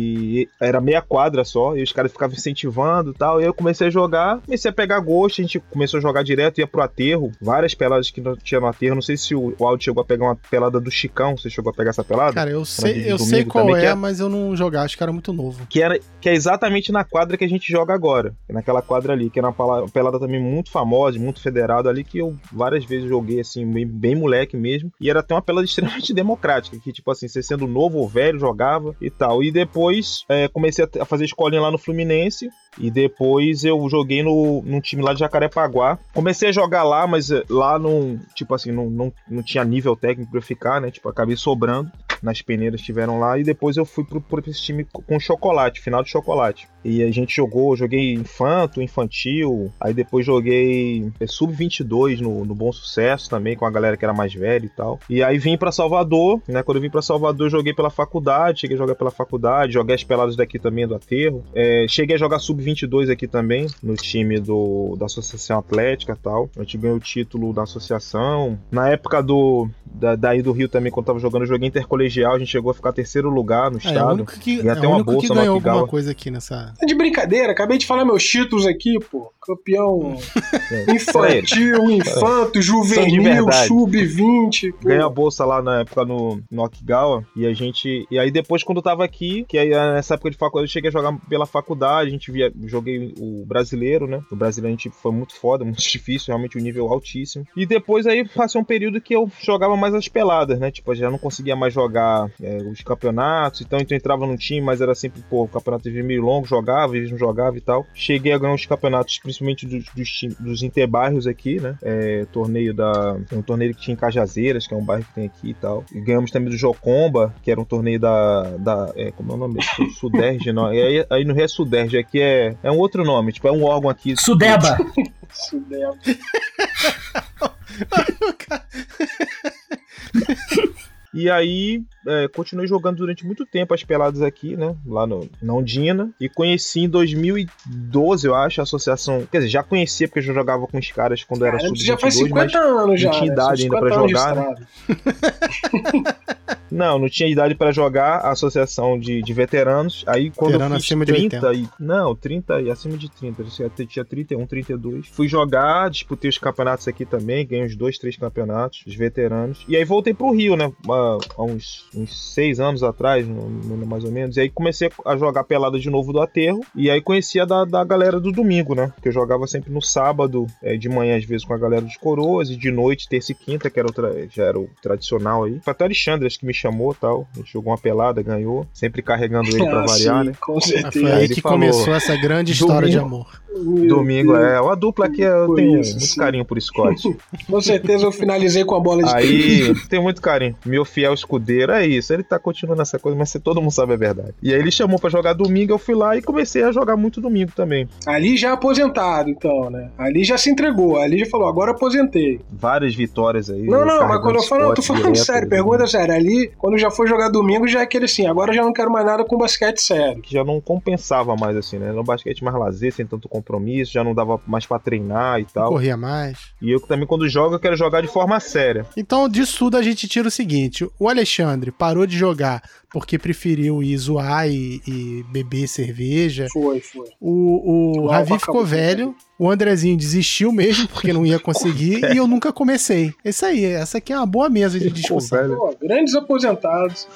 Speaker 3: E era meia quadra só, e os caras ficavam incentivando e tal. E aí eu comecei a jogar, comecei a pegar gosto, a gente começou a jogar direto, ia pro aterro, várias peladas que não tinha no aterro. Não sei se o, o Aldo chegou a pegar uma pelada do Chicão. Você chegou a pegar essa pelada?
Speaker 2: Cara, eu sei,
Speaker 3: de
Speaker 2: eu
Speaker 3: domingo
Speaker 2: sei qual
Speaker 3: também,
Speaker 2: é,
Speaker 3: que é-
Speaker 2: mas eu não jogava, acho que era muito novo.
Speaker 3: Que, era, que é exatamente na quadra que a gente joga agora. Naquela quadra ali, que era uma pala- pelada também muito famosa, muito federada ali, que eu várias vezes joguei assim, bem, bem moleque mesmo. E era até uma pelada extremamente democrática, que tipo assim, você sendo novo ou velho, jogava e tal. E depois é, comecei a, a fazer escolinha lá no Fluminense. E depois eu joguei no, num time lá de Jacarepaguá. Comecei a jogar lá, mas lá não, tipo assim, não, não, não tinha nível técnico pra eu ficar, né? Tipo, acabei sobrando. Nas peneiras estiveram lá. E depois eu fui pro, pro esse time com chocolate, final de chocolate. E a gente jogou, joguei infanto, infantil. Aí depois joguei é, sub vinte e dois no, no Bom Sucesso também, com a galera que era mais velha e tal. E aí vim pra Salvador, né? Quando eu vim pra Salvador, joguei pela faculdade. Cheguei a jogar pela faculdade. Joguei as peladas daqui também do aterro. É, cheguei a jogar sub vinte e dois aqui também, no time do, da Associação Atlética e tal. A gente ganhou o título da associação. Na época do, da, daí do Rio também, quando eu tava jogando, eu joguei intercolegial. A gente chegou a ficar terceiro lugar no
Speaker 2: É, é o
Speaker 3: estado.
Speaker 2: único que,
Speaker 3: Ganhei
Speaker 2: é
Speaker 3: até
Speaker 2: o
Speaker 3: uma
Speaker 2: único que
Speaker 3: bolsa no
Speaker 2: ganhou
Speaker 3: Akigawa.
Speaker 2: alguma coisa aqui nessa...
Speaker 4: Tá de brincadeira, acabei de falar meus títulos aqui, pô. Campeão infantil, infanto,
Speaker 3: São de
Speaker 4: juvenil,
Speaker 3: verdade.
Speaker 4: sub vinte. pô.
Speaker 3: Ganhei a bolsa lá na época no, no Akigawa. E a gente. E aí depois, quando eu tava aqui, que aí nessa época de faculdade, eu cheguei a jogar pela faculdade. A gente via. Joguei o brasileiro, né? O brasileiro a gente foi muito foda, muito difícil, realmente um nível altíssimo. E depois aí passei um período que eu jogava mais as peladas, né? Tipo, eu já não conseguia mais jogar é, os campeonatos. Então, então eu entrava num time, mas era sempre, pô, o campeonato de meio longo, jogava, às vezes não jogava e tal. Cheguei a ganhar uns campeonatos, principalmente dos, dos, time- dos interbairros aqui, né? É, torneio da. Um torneio que tinha em Cajazeiras, que é um bairro que tem aqui e tal. E ganhamos também do Jocomba, que era um torneio da. da é, como é o nome desse? Suderge, não. E aí, aí no Rio é Suderge, aqui é, é um outro nome, tipo, é um órgão aqui.
Speaker 1: Sudeba!
Speaker 4: Isso deve.
Speaker 3: E aí, é, continuei jogando durante muito tempo as peladas aqui, né? Lá no, na Ondina. E conheci em dois mil e doze, eu acho, a associação. Quer dizer, já conhecia porque eu já jogava com os caras quando era
Speaker 4: Cara,
Speaker 3: sub
Speaker 4: isso já faz
Speaker 3: vinte e dois,
Speaker 4: cinquenta
Speaker 3: mas
Speaker 4: anos já.
Speaker 3: não tinha
Speaker 4: né?
Speaker 3: idade
Speaker 4: São
Speaker 3: ainda pra
Speaker 4: cinquenta anos de
Speaker 3: jogar, né?
Speaker 4: estrada.
Speaker 3: Não, não tinha idade pra jogar a associação de, de veteranos. Aí quando
Speaker 2: Veterano
Speaker 3: eu fiz
Speaker 2: acima de
Speaker 3: trinta e... Não, trinta e acima de trinta. Eu tinha trinta e um, trinta e dois. Fui jogar, disputei os campeonatos aqui também. Ganhei uns dois, três campeonatos, os veteranos. E aí voltei pro Rio, né? Há, há uns, uns seis anos atrás, no, no, mais ou menos. E aí comecei a jogar pelada de novo do aterro. E aí conhecia da, da galera do domingo, né? Porque eu jogava sempre no sábado, é, de manhã às vezes com a galera dos coroas. E de noite, terça e quinta, que era o tra... já era o tradicional aí. Foi até o Alexandre, acho que me chamou e tal. A gente jogou uma pelada, ganhou. Sempre carregando ele pra
Speaker 4: Ah,
Speaker 3: variar,
Speaker 4: sim,
Speaker 3: né?
Speaker 4: com
Speaker 2: Ah,
Speaker 4: certeza.
Speaker 2: foi
Speaker 3: Aí
Speaker 2: aí
Speaker 3: ele
Speaker 2: que
Speaker 3: falou,
Speaker 2: começou essa grande história de amor.
Speaker 4: Meu
Speaker 3: Domingo,
Speaker 4: Deus.
Speaker 3: é. Uma dupla que eu
Speaker 4: Foi
Speaker 3: tenho
Speaker 4: isso,
Speaker 3: muito
Speaker 4: sim.
Speaker 3: carinho por Scott.
Speaker 4: Com certeza eu finalizei com a bola de
Speaker 3: Aí, tenho muito carinho. Meu fiel escudeiro, é isso. Ele tá continuando essa coisa, mas todo mundo sabe a verdade. E aí ele chamou pra jogar domingo, eu fui lá e comecei a jogar muito domingo também.
Speaker 4: Ali já aposentado, então, né? Ali já se entregou, ali já falou, agora aposentei.
Speaker 3: Várias vitórias aí.
Speaker 4: Não, não, mas
Speaker 3: carregando
Speaker 4: quando eu falo, eu tô
Speaker 3: Scott
Speaker 4: falando
Speaker 3: direto,
Speaker 4: sério, pergunta séria. Ali, quando já foi jogar domingo, já é aquele assim, agora já não quero mais nada com basquete sério.
Speaker 3: que já não compensava mais, assim, né? No basquete mais lazer, sem tanto, com- compromisso, já não dava mais pra treinar e tal.
Speaker 2: Corria mais.
Speaker 3: E eu também, quando jogo, eu quero jogar de forma séria.
Speaker 2: Então, disso tudo, a gente tira o seguinte: o Alexandre parou de jogar porque preferiu ir zoar e, e beber cerveja.
Speaker 4: Foi, foi.
Speaker 2: O, o Ravi ficou velho. O Andrezinho desistiu mesmo, porque não ia conseguir. E eu nunca comecei. É isso aí. Essa aqui é uma boa mesa de discussão.
Speaker 4: Pô, grandes aposentados.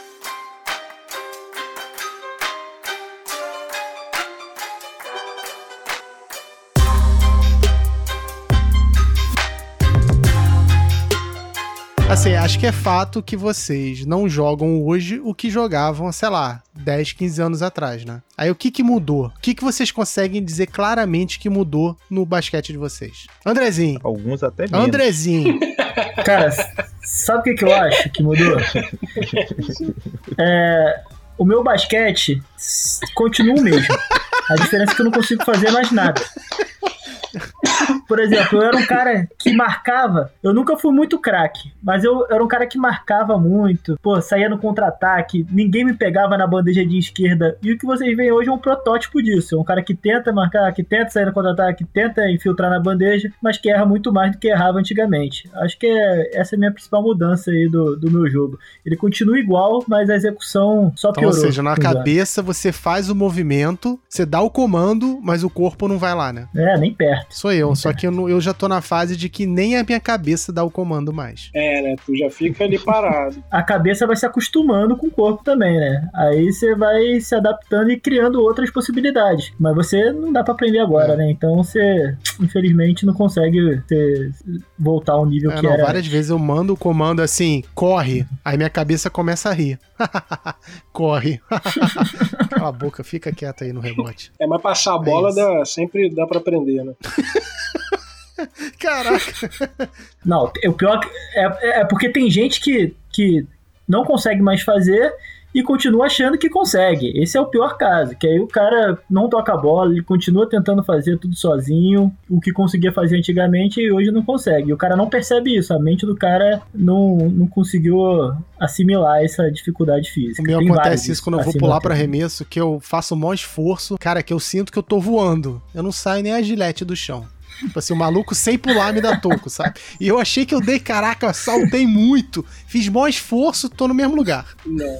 Speaker 2: Assim, acho que é fato que vocês não jogam hoje o que jogavam, sei lá, dez, quinze anos atrás, né? Aí o que que mudou? O que que vocês conseguem dizer claramente que mudou no basquete de vocês? Andrezinho.
Speaker 3: Alguns até menos.
Speaker 2: Andrezinho.
Speaker 1: Cara, sabe o que que eu acho que mudou? É, o meu basquete continua o mesmo. A diferença é que eu não consigo fazer mais nada. Por exemplo, eu era um cara que marcava. Eu nunca fui muito craque, mas eu era um cara que marcava muito. Pô, saía no contra-ataque, ninguém me pegava na bandeja de esquerda. E o que vocês veem hoje é um protótipo disso. É um cara que tenta marcar, que tenta sair no contra-ataque, que tenta infiltrar na bandeja, mas que erra muito mais do que errava antigamente. Acho que é, essa é a minha principal mudança aí do, do meu jogo. Ele continua igual, mas a execução só piorou.
Speaker 2: Então, ou seja, na cabeça você faz o movimento, você dá o comando, mas o corpo não vai lá, né?
Speaker 1: É, nem perto.
Speaker 2: Sou eu, só que eu, não, eu já tô na fase de que nem a minha cabeça dá o comando mais.
Speaker 4: É, né? Tu já fica ali parado.
Speaker 1: A cabeça vai se acostumando com o corpo também, né? Aí você vai se adaptando e criando outras possibilidades. Mas você não dá pra aprender agora, é. né? Então você, infelizmente, não consegue você, voltar ao nível
Speaker 2: é,
Speaker 1: que
Speaker 2: não,
Speaker 1: era.
Speaker 2: Várias vezes eu mando o comando assim, corre. Aí minha cabeça começa a rir. Corre. Cala a boca, fica quieto aí no rebote.
Speaker 4: É, mas passar a bola é dá, sempre dá pra aprender, né?
Speaker 2: Caraca.
Speaker 1: Não, o pior é, é porque tem gente que, que não consegue mais fazer e continua achando que consegue. Esse é o pior caso, que aí o cara não toca a bola, ele continua tentando fazer tudo sozinho, o que conseguia fazer antigamente e hoje não consegue. E o cara não percebe isso, a mente do cara não, não conseguiu assimilar essa dificuldade física.
Speaker 2: O meu
Speaker 1: Tem
Speaker 2: acontece isso quando eu vou pular para
Speaker 1: tempo.
Speaker 2: arremesso, que eu faço o maior esforço, cara, que eu sinto que eu tô voando. Eu não saio nem a gilete do chão. Tipo assim, o maluco sem pular me dá toco, sabe? E eu achei que eu dei, caraca, saltei muito, fiz maior esforço, tô no mesmo lugar.
Speaker 4: Não.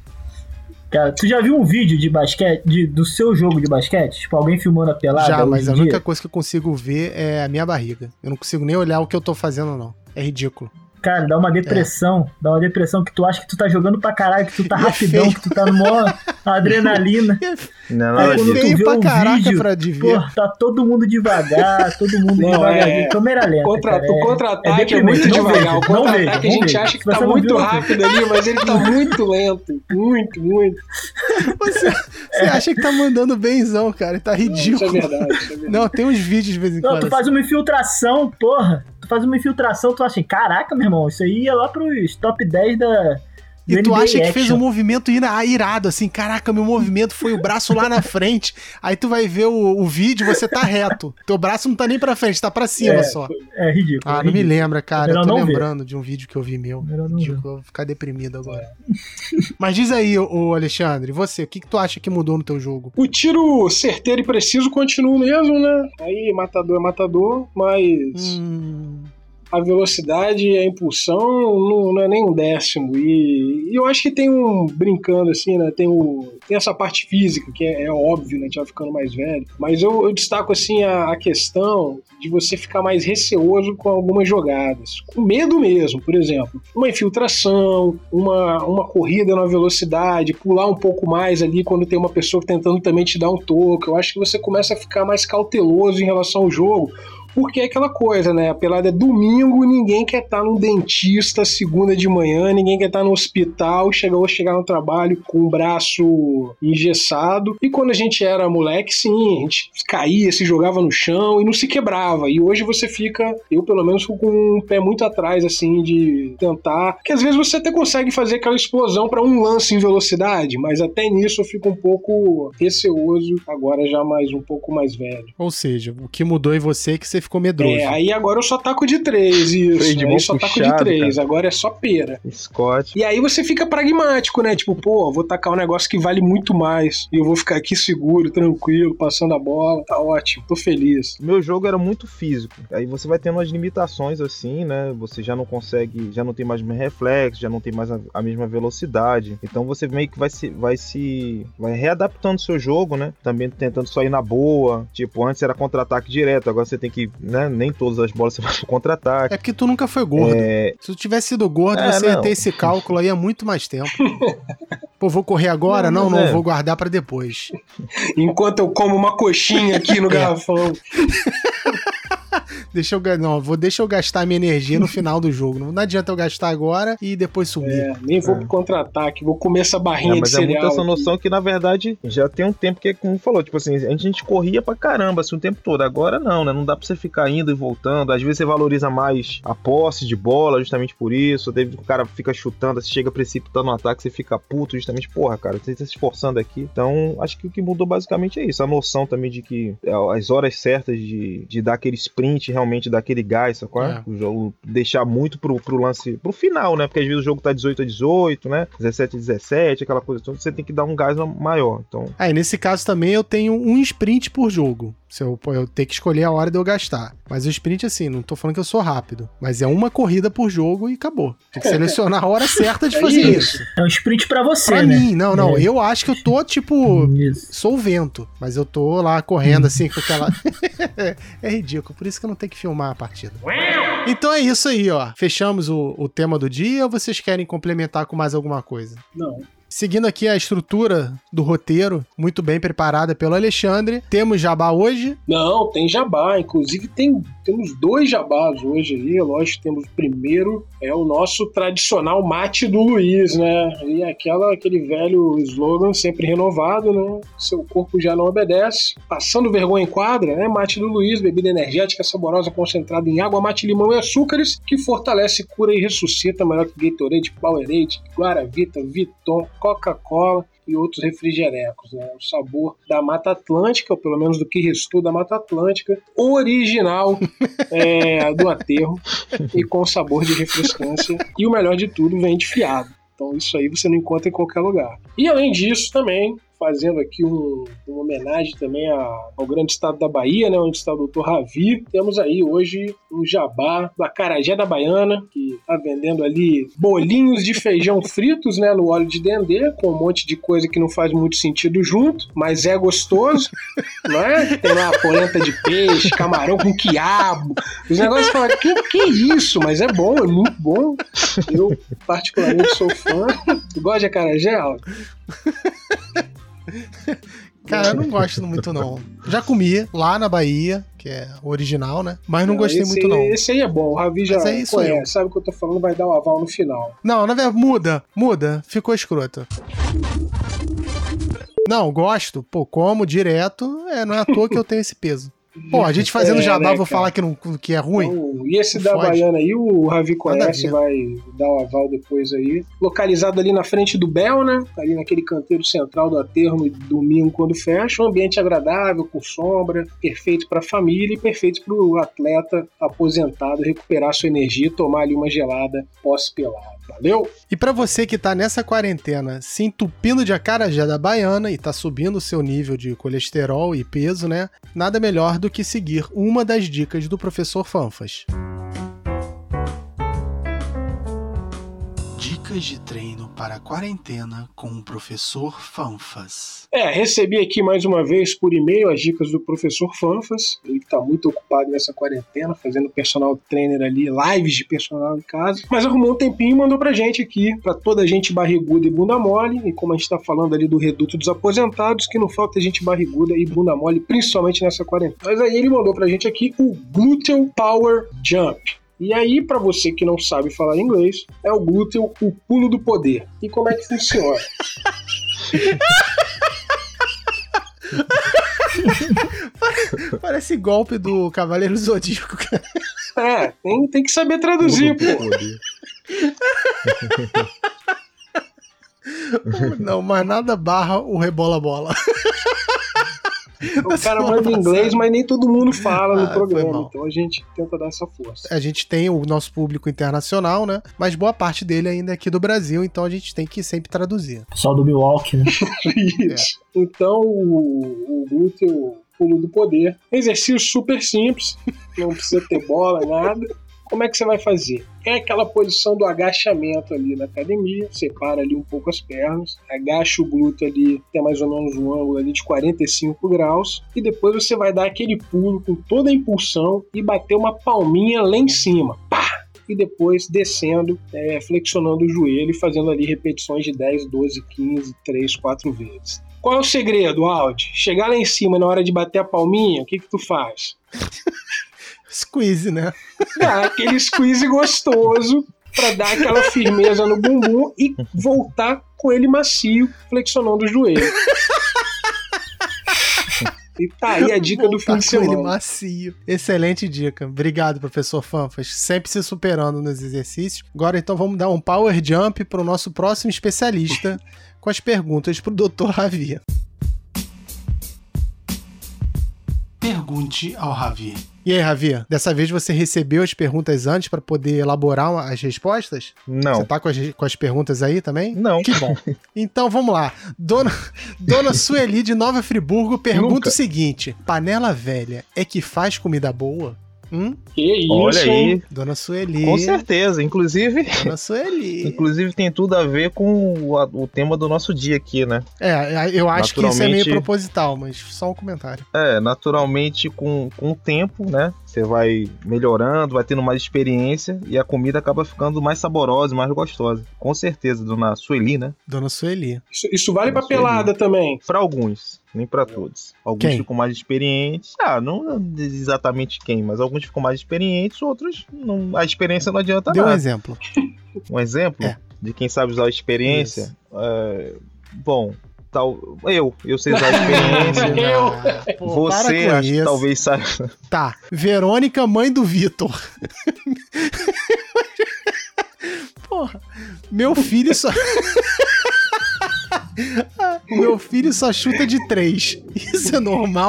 Speaker 1: Cara, tu já viu um vídeo de basquete, de, do seu jogo de basquete? Tipo, alguém filmando a pelada?
Speaker 2: Já, mas a
Speaker 1: dia?
Speaker 2: única coisa que eu consigo ver é a minha barriga. Eu não consigo nem olhar o que eu tô fazendo, não. É ridículo.
Speaker 1: Cara, dá uma depressão, é. dá uma depressão que tu acha que tu tá jogando pra caralho, que tu tá
Speaker 2: e
Speaker 1: rapidão,
Speaker 2: é
Speaker 1: que tu tá no maior adrenalina.
Speaker 3: Não,
Speaker 1: aí
Speaker 2: é
Speaker 1: quando
Speaker 2: feio
Speaker 1: tu vê
Speaker 2: pra
Speaker 1: o
Speaker 2: caraca
Speaker 1: vídeo,
Speaker 2: pra de ver.
Speaker 1: Pô, tá todo mundo devagar, todo mundo
Speaker 4: não,
Speaker 1: devagarzinho,
Speaker 4: é...
Speaker 1: câmera lenta.
Speaker 4: Contra...
Speaker 1: Cara,
Speaker 4: o contra-ataque é,
Speaker 1: é,
Speaker 4: é muito devagar. O
Speaker 1: contra-ataque
Speaker 4: a gente acha que tá muito rápido ali, mas ele tá muito lento. Muito, muito.
Speaker 2: Você, você é. acha que tá mandando benzão, cara, tá ridículo.
Speaker 4: Isso é verdade, isso é verdade.
Speaker 2: Não, tem uns vídeos de vez em
Speaker 1: não,
Speaker 2: quando.
Speaker 1: Tu faz
Speaker 2: assim.
Speaker 1: uma infiltração, porra. Tu faz uma infiltração, tu acha assim, caraca, meu irmão, isso aí ia lá pros top dez da...
Speaker 2: E tu acha que
Speaker 1: action.
Speaker 2: fez um movimento irado, assim, caraca, meu movimento foi o braço lá na frente. Aí tu vai ver o, o vídeo, você tá reto. Teu braço não tá nem pra frente, tá pra cima
Speaker 1: é,
Speaker 2: só.
Speaker 1: É ridículo.
Speaker 2: Ah,
Speaker 1: é
Speaker 2: não
Speaker 1: ridículo.
Speaker 2: me lembra, cara.
Speaker 1: Melhor
Speaker 2: eu tô
Speaker 1: não
Speaker 2: lembrando
Speaker 1: ver.
Speaker 2: de um vídeo que eu vi meu.
Speaker 1: Melhor não
Speaker 2: Ridículo,
Speaker 1: ver.
Speaker 2: eu vou ficar deprimido agora.
Speaker 1: É.
Speaker 2: Mas diz aí, ô Alexandre, você, o que, que tu acha que mudou no teu jogo?
Speaker 4: O tiro certeiro e preciso continua o mesmo, né? Aí matador é matador, mas...
Speaker 2: Hum...
Speaker 4: A velocidade e a impulsão não, não é nem um décimo. E, e eu acho que tem um, brincando assim, né? Tem, o, tem essa parte física, que é, é óbvio, né? A gente vai ficando mais velho. Mas eu, eu destaco assim a, a questão de você ficar mais receoso com algumas jogadas. Com medo mesmo, por exemplo. Uma infiltração, uma, uma corrida na velocidade, pular um pouco mais ali quando tem uma pessoa tentando também te dar um toque. Eu acho que você começa a ficar mais cauteloso em relação ao jogo. Porque é aquela coisa, né? A pelada é domingo, ninguém quer estar num dentista segunda de manhã, ninguém quer estar no hospital, chegar ou chegar no trabalho com o braço engessado. E quando a gente era moleque, sim, a gente caía, se jogava no chão e não se quebrava. E hoje você fica, eu pelo menos fico com um pé muito atrás, assim, de tentar. Porque às vezes você até consegue fazer aquela explosão para um lance em velocidade, mas até nisso eu fico um pouco receoso, agora já mais um pouco mais velho.
Speaker 2: Ou seja, o que mudou em você é que você ficou medroso.
Speaker 4: É, aí agora eu só taco de três, isso.
Speaker 3: Freio de
Speaker 4: Aí
Speaker 3: mão
Speaker 4: só taco
Speaker 3: puxado,
Speaker 4: de três,
Speaker 3: cara.
Speaker 4: agora é só pera.
Speaker 3: Scott.
Speaker 4: E aí você fica pragmático, né? Tipo, pô, vou tacar um negócio que vale muito mais. E eu vou ficar aqui seguro, tranquilo, passando a bola. Tá ótimo, tô feliz.
Speaker 3: Meu jogo era muito físico. Aí você vai tendo as limitações assim, né? Você já não consegue, já não tem mais o mesmo reflexo, já não tem mais a, a mesma velocidade. Então você meio que vai se, vai se, vai readaptando o seu jogo, né? Também tentando só ir na boa. Tipo, antes era contra-ataque direto, agora você tem que, né? Nem todas as bolas você vai pro contra-ataque.
Speaker 2: É porque tu nunca foi gordo.
Speaker 3: É...
Speaker 2: Se tu tivesse sido gordo,
Speaker 3: É,
Speaker 2: você ia
Speaker 3: não.
Speaker 2: ter esse cálculo aí há muito mais tempo. Pô, vou correr agora? Não,
Speaker 3: Não,
Speaker 2: não,
Speaker 3: mas é.
Speaker 2: vou guardar pra depois.
Speaker 4: Enquanto eu como uma coxinha aqui no garrafão.
Speaker 2: Deixa eu, ga- não, vou, deixa eu gastar minha energia no final do jogo. Não, não adianta eu gastar agora e depois sumir.
Speaker 4: É, nem vou pro contra-ataque, vou comer essa barrinha
Speaker 3: É, mas
Speaker 4: de
Speaker 3: é
Speaker 4: cereal.
Speaker 3: muito essa
Speaker 4: aqui.
Speaker 3: noção que, na verdade, já tem um tempo que, como falou, tipo assim, a gente, a gente corria pra caramba assim, o tempo todo. Agora não, né? Não dá pra você ficar indo e voltando. Às vezes você valoriza mais a posse de bola, justamente por isso. Daí o cara fica chutando, você chega precipitando no ataque, você fica puto, justamente, porra, cara, você tá se esforçando aqui. Então, acho que o que mudou basicamente é isso. A noção também de que é, as horas certas de, de dar aquele sprint, realmente dar aquele gás, sacou?
Speaker 2: É.
Speaker 3: O jogo deixar muito pro, pro lance, pro final, né? Porque às vezes o jogo tá dezoito a dezoito, né? dezessete a dezessete, aquela coisa toda, você tem que dar um gás maior. Então,
Speaker 2: Aí, nesse caso também, eu tenho um sprint por jogo. Se eu, pô, eu tenho que escolher a hora de eu gastar. Mas o sprint, assim, não tô falando que eu sou rápido. Mas é uma corrida por jogo e acabou. Tem que selecionar a hora certa de
Speaker 4: É
Speaker 2: fazer
Speaker 4: isso.
Speaker 2: isso.
Speaker 1: É um sprint pra você,
Speaker 2: Pra
Speaker 1: né?
Speaker 2: mim, não, não.
Speaker 1: É.
Speaker 2: Eu acho que eu tô, tipo,
Speaker 1: Isso.
Speaker 2: sou o vento. Mas eu tô lá correndo, assim, com aquela... É ridículo. Por isso que eu não tenho que filmar a partida. Então é isso aí, ó. Fechamos o, o tema do dia ou vocês querem complementar com mais alguma coisa?
Speaker 4: Não.
Speaker 2: Seguindo aqui a estrutura do roteiro, muito bem preparada pelo Alexandre. Temos jabá hoje.
Speaker 4: Não, tem jabá. Inclusive tem, temos dois jabás hoje aí. Lógico, temos o primeiro, é o nosso tradicional mate do Luiz, né? E aquela, aquele velho slogan sempre renovado, né? Seu corpo já não obedece. Passando vergonha em quadra, né? Mate do Luiz, bebida energética saborosa concentrada em água, mate, limão e açúcares, que fortalece, cura e ressuscita, melhor que Gatorade, Powerade, Guaravita, Viton, Coca-Cola e outros refrigerecos, né? O sabor da Mata Atlântica, ou pelo menos do que restou da Mata Atlântica, original é, do aterro e com sabor de refrescância. E o melhor de tudo, vem de fiado. Então isso aí você não encontra em qualquer lugar. E além disso também, fazendo aqui um, uma homenagem também a, ao grande estado da Bahia, né, onde está o doutor Ravi. Temos aí hoje um jabá do Acarajé da Baiana, que está vendendo ali bolinhos de feijão fritos, né, no óleo de dendê, com um monte de coisa que não faz muito sentido junto, mas é gostoso, né? Tem lá polenta de peixe, camarão com quiabo, os negócios falam, que, que isso? Mas é bom, é muito bom. Eu particularmente sou fã. Tu gosta de acarajé, Aldo?
Speaker 2: Cara, eu não gosto muito, não. Já comi lá na Bahia, que é original, né? Mas não, gostei
Speaker 4: esse
Speaker 2: muito,
Speaker 4: aí,
Speaker 2: não.
Speaker 4: Esse aí é bom, o Ravi já
Speaker 2: Mas aí sou
Speaker 4: conhece,
Speaker 2: eu.
Speaker 4: sabe o que eu tô falando, vai dar o aval no final.
Speaker 2: Não, na verdade, muda, muda. Ficou escroto. Não, gosto. Pô, como direto, é, não é à toa que eu tenho esse peso. Pô, a gente fazendo
Speaker 4: É,
Speaker 2: jabá,
Speaker 4: né,
Speaker 2: vou
Speaker 4: cara?
Speaker 2: falar que, não, que é ruim?
Speaker 4: Então, e esse
Speaker 2: Não
Speaker 4: da
Speaker 2: fode.
Speaker 4: Baiana aí, o Ravi
Speaker 2: Nada
Speaker 4: conhece,
Speaker 2: a ver.
Speaker 4: vai dar o aval depois aí. Localizado ali na frente do Bel, né? Ali naquele canteiro central do aterro, no domingo quando fecha. Um ambiente agradável, com sombra, perfeito pra família e perfeito pro atleta aposentado recuperar sua energia e tomar ali uma gelada pós-pelado. Valeu?
Speaker 2: E pra você que tá nessa quarentena se entupindo de acarajé da Baiana e tá subindo o seu nível de colesterol e peso, né? Nada melhor do que seguir uma das dicas do professor Fanfas. Dicas de treino para a quarentena com o professor Fanfas.
Speaker 4: É, recebi aqui mais uma vez por e-mail as dicas do professor Fanfas, ele que tá muito ocupado nessa quarentena, fazendo personal trainer ali, lives de personal em casa, mas arrumou um tempinho e mandou pra gente aqui, pra toda a gente barriguda e bunda mole, e como a gente tá falando ali do reduto dos aposentados, que não falta gente barriguda e bunda mole, principalmente nessa quarentena. Mas aí ele mandou pra gente aqui o Gluteal Power Jump. E aí, pra você que não sabe falar inglês, é o glúteo, o pulo do poder. E como é que funciona?
Speaker 2: Parece golpe do Cavaleiro Zodíaco, cara.
Speaker 4: É, tem, tem que saber traduzir, pô.
Speaker 2: Não, mas nada barra o rebola-bola.
Speaker 4: O cara manda em inglês, mas nem todo mundo fala
Speaker 2: Ah,
Speaker 4: no
Speaker 2: foi
Speaker 4: programa.
Speaker 2: mal.
Speaker 4: Então a gente tenta dar essa força.
Speaker 2: A gente tem o nosso público internacional, né? Mas boa parte dele ainda é aqui do Brasil, então a gente tem que sempre traduzir.
Speaker 1: Pessoal do Milwaukee, né?
Speaker 4: Isso. Então o, o glúteo pulo do poder. Exercício super simples, não precisa ter bola, nada. Como é que você vai fazer? É aquela posição do agachamento ali na academia, separa ali um pouco as pernas, agacha o glúteo ali, tem mais ou menos um ângulo ali de quarenta e cinco graus, e depois você vai dar aquele pulo com toda a impulsão e bater uma palminha lá em cima. Pá! E depois descendo, é, flexionando o joelho e fazendo ali repetições de dez, doze, quinze, três, quatro vezes. Qual é o segredo, Aldi? Chegar lá em cima na hora de bater a palminha, o que que tu faz?
Speaker 2: Squeeze, né?
Speaker 4: Dá aquele squeeze gostoso pra dar aquela firmeza no bumbum e voltar com ele macio, flexionando o joelho. E tá aí a dica do fim de
Speaker 2: com ele
Speaker 4: semana.
Speaker 2: macio. Excelente dica. Obrigado, professor Fanfas. Sempre se superando nos exercícios. Agora, então, vamos dar um power jump pro nosso próximo especialista com as perguntas pro doutor Ravi. Pergunte ao Ravi. E aí, Ravi, dessa vez você recebeu as perguntas antes para poder elaborar as respostas?
Speaker 3: Não.
Speaker 2: Você tá com as, com as perguntas aí também?
Speaker 3: Não.
Speaker 2: Que bom. Então vamos lá. Dona, Dona Sueli de Nova Friburgo pergunta
Speaker 3: Nunca.
Speaker 2: o seguinte: panela velha é que faz comida boa? Hum?
Speaker 4: Que isso,
Speaker 3: Olha
Speaker 4: hein?
Speaker 3: aí,
Speaker 2: Dona Sueli.
Speaker 3: com certeza. Inclusive,
Speaker 2: Dona Sueli.
Speaker 3: inclusive tem tudo a ver com o, a- o tema do nosso dia aqui, né?
Speaker 2: É, eu acho que isso é meio
Speaker 3: Naturalmente-
Speaker 2: proposital, mas só um comentário.
Speaker 3: É, naturalmente com, com o tempo, né? Você vai melhorando, vai tendo mais experiência e a comida acaba ficando mais saborosa, mais gostosa. Com certeza, dona Sueli, né?
Speaker 2: Dona Sueli.
Speaker 4: Isso, isso vale pra
Speaker 3: Isso aí.
Speaker 4: pelada também.
Speaker 3: Para alguns, nem para todos. Alguns
Speaker 2: Quem?
Speaker 3: ficam mais experientes. Ah, não exatamente quem, mas alguns ficam mais experientes, outros não, a experiência não adianta
Speaker 2: Dê um
Speaker 3: nada.
Speaker 2: exemplo.
Speaker 3: Um exemplo
Speaker 2: É.
Speaker 3: de quem sabe usar a experiência. É, bom, tal, eu, eu sei usar a experiência.
Speaker 4: Eu.
Speaker 2: Ah, pô, para
Speaker 3: Você
Speaker 2: com
Speaker 3: acho que
Speaker 2: isso.
Speaker 3: talvez saiba.
Speaker 2: Tá. Verônica, mãe do Vitor. Porra. Meu filho só. O meu filho só chuta de três. Isso é normal?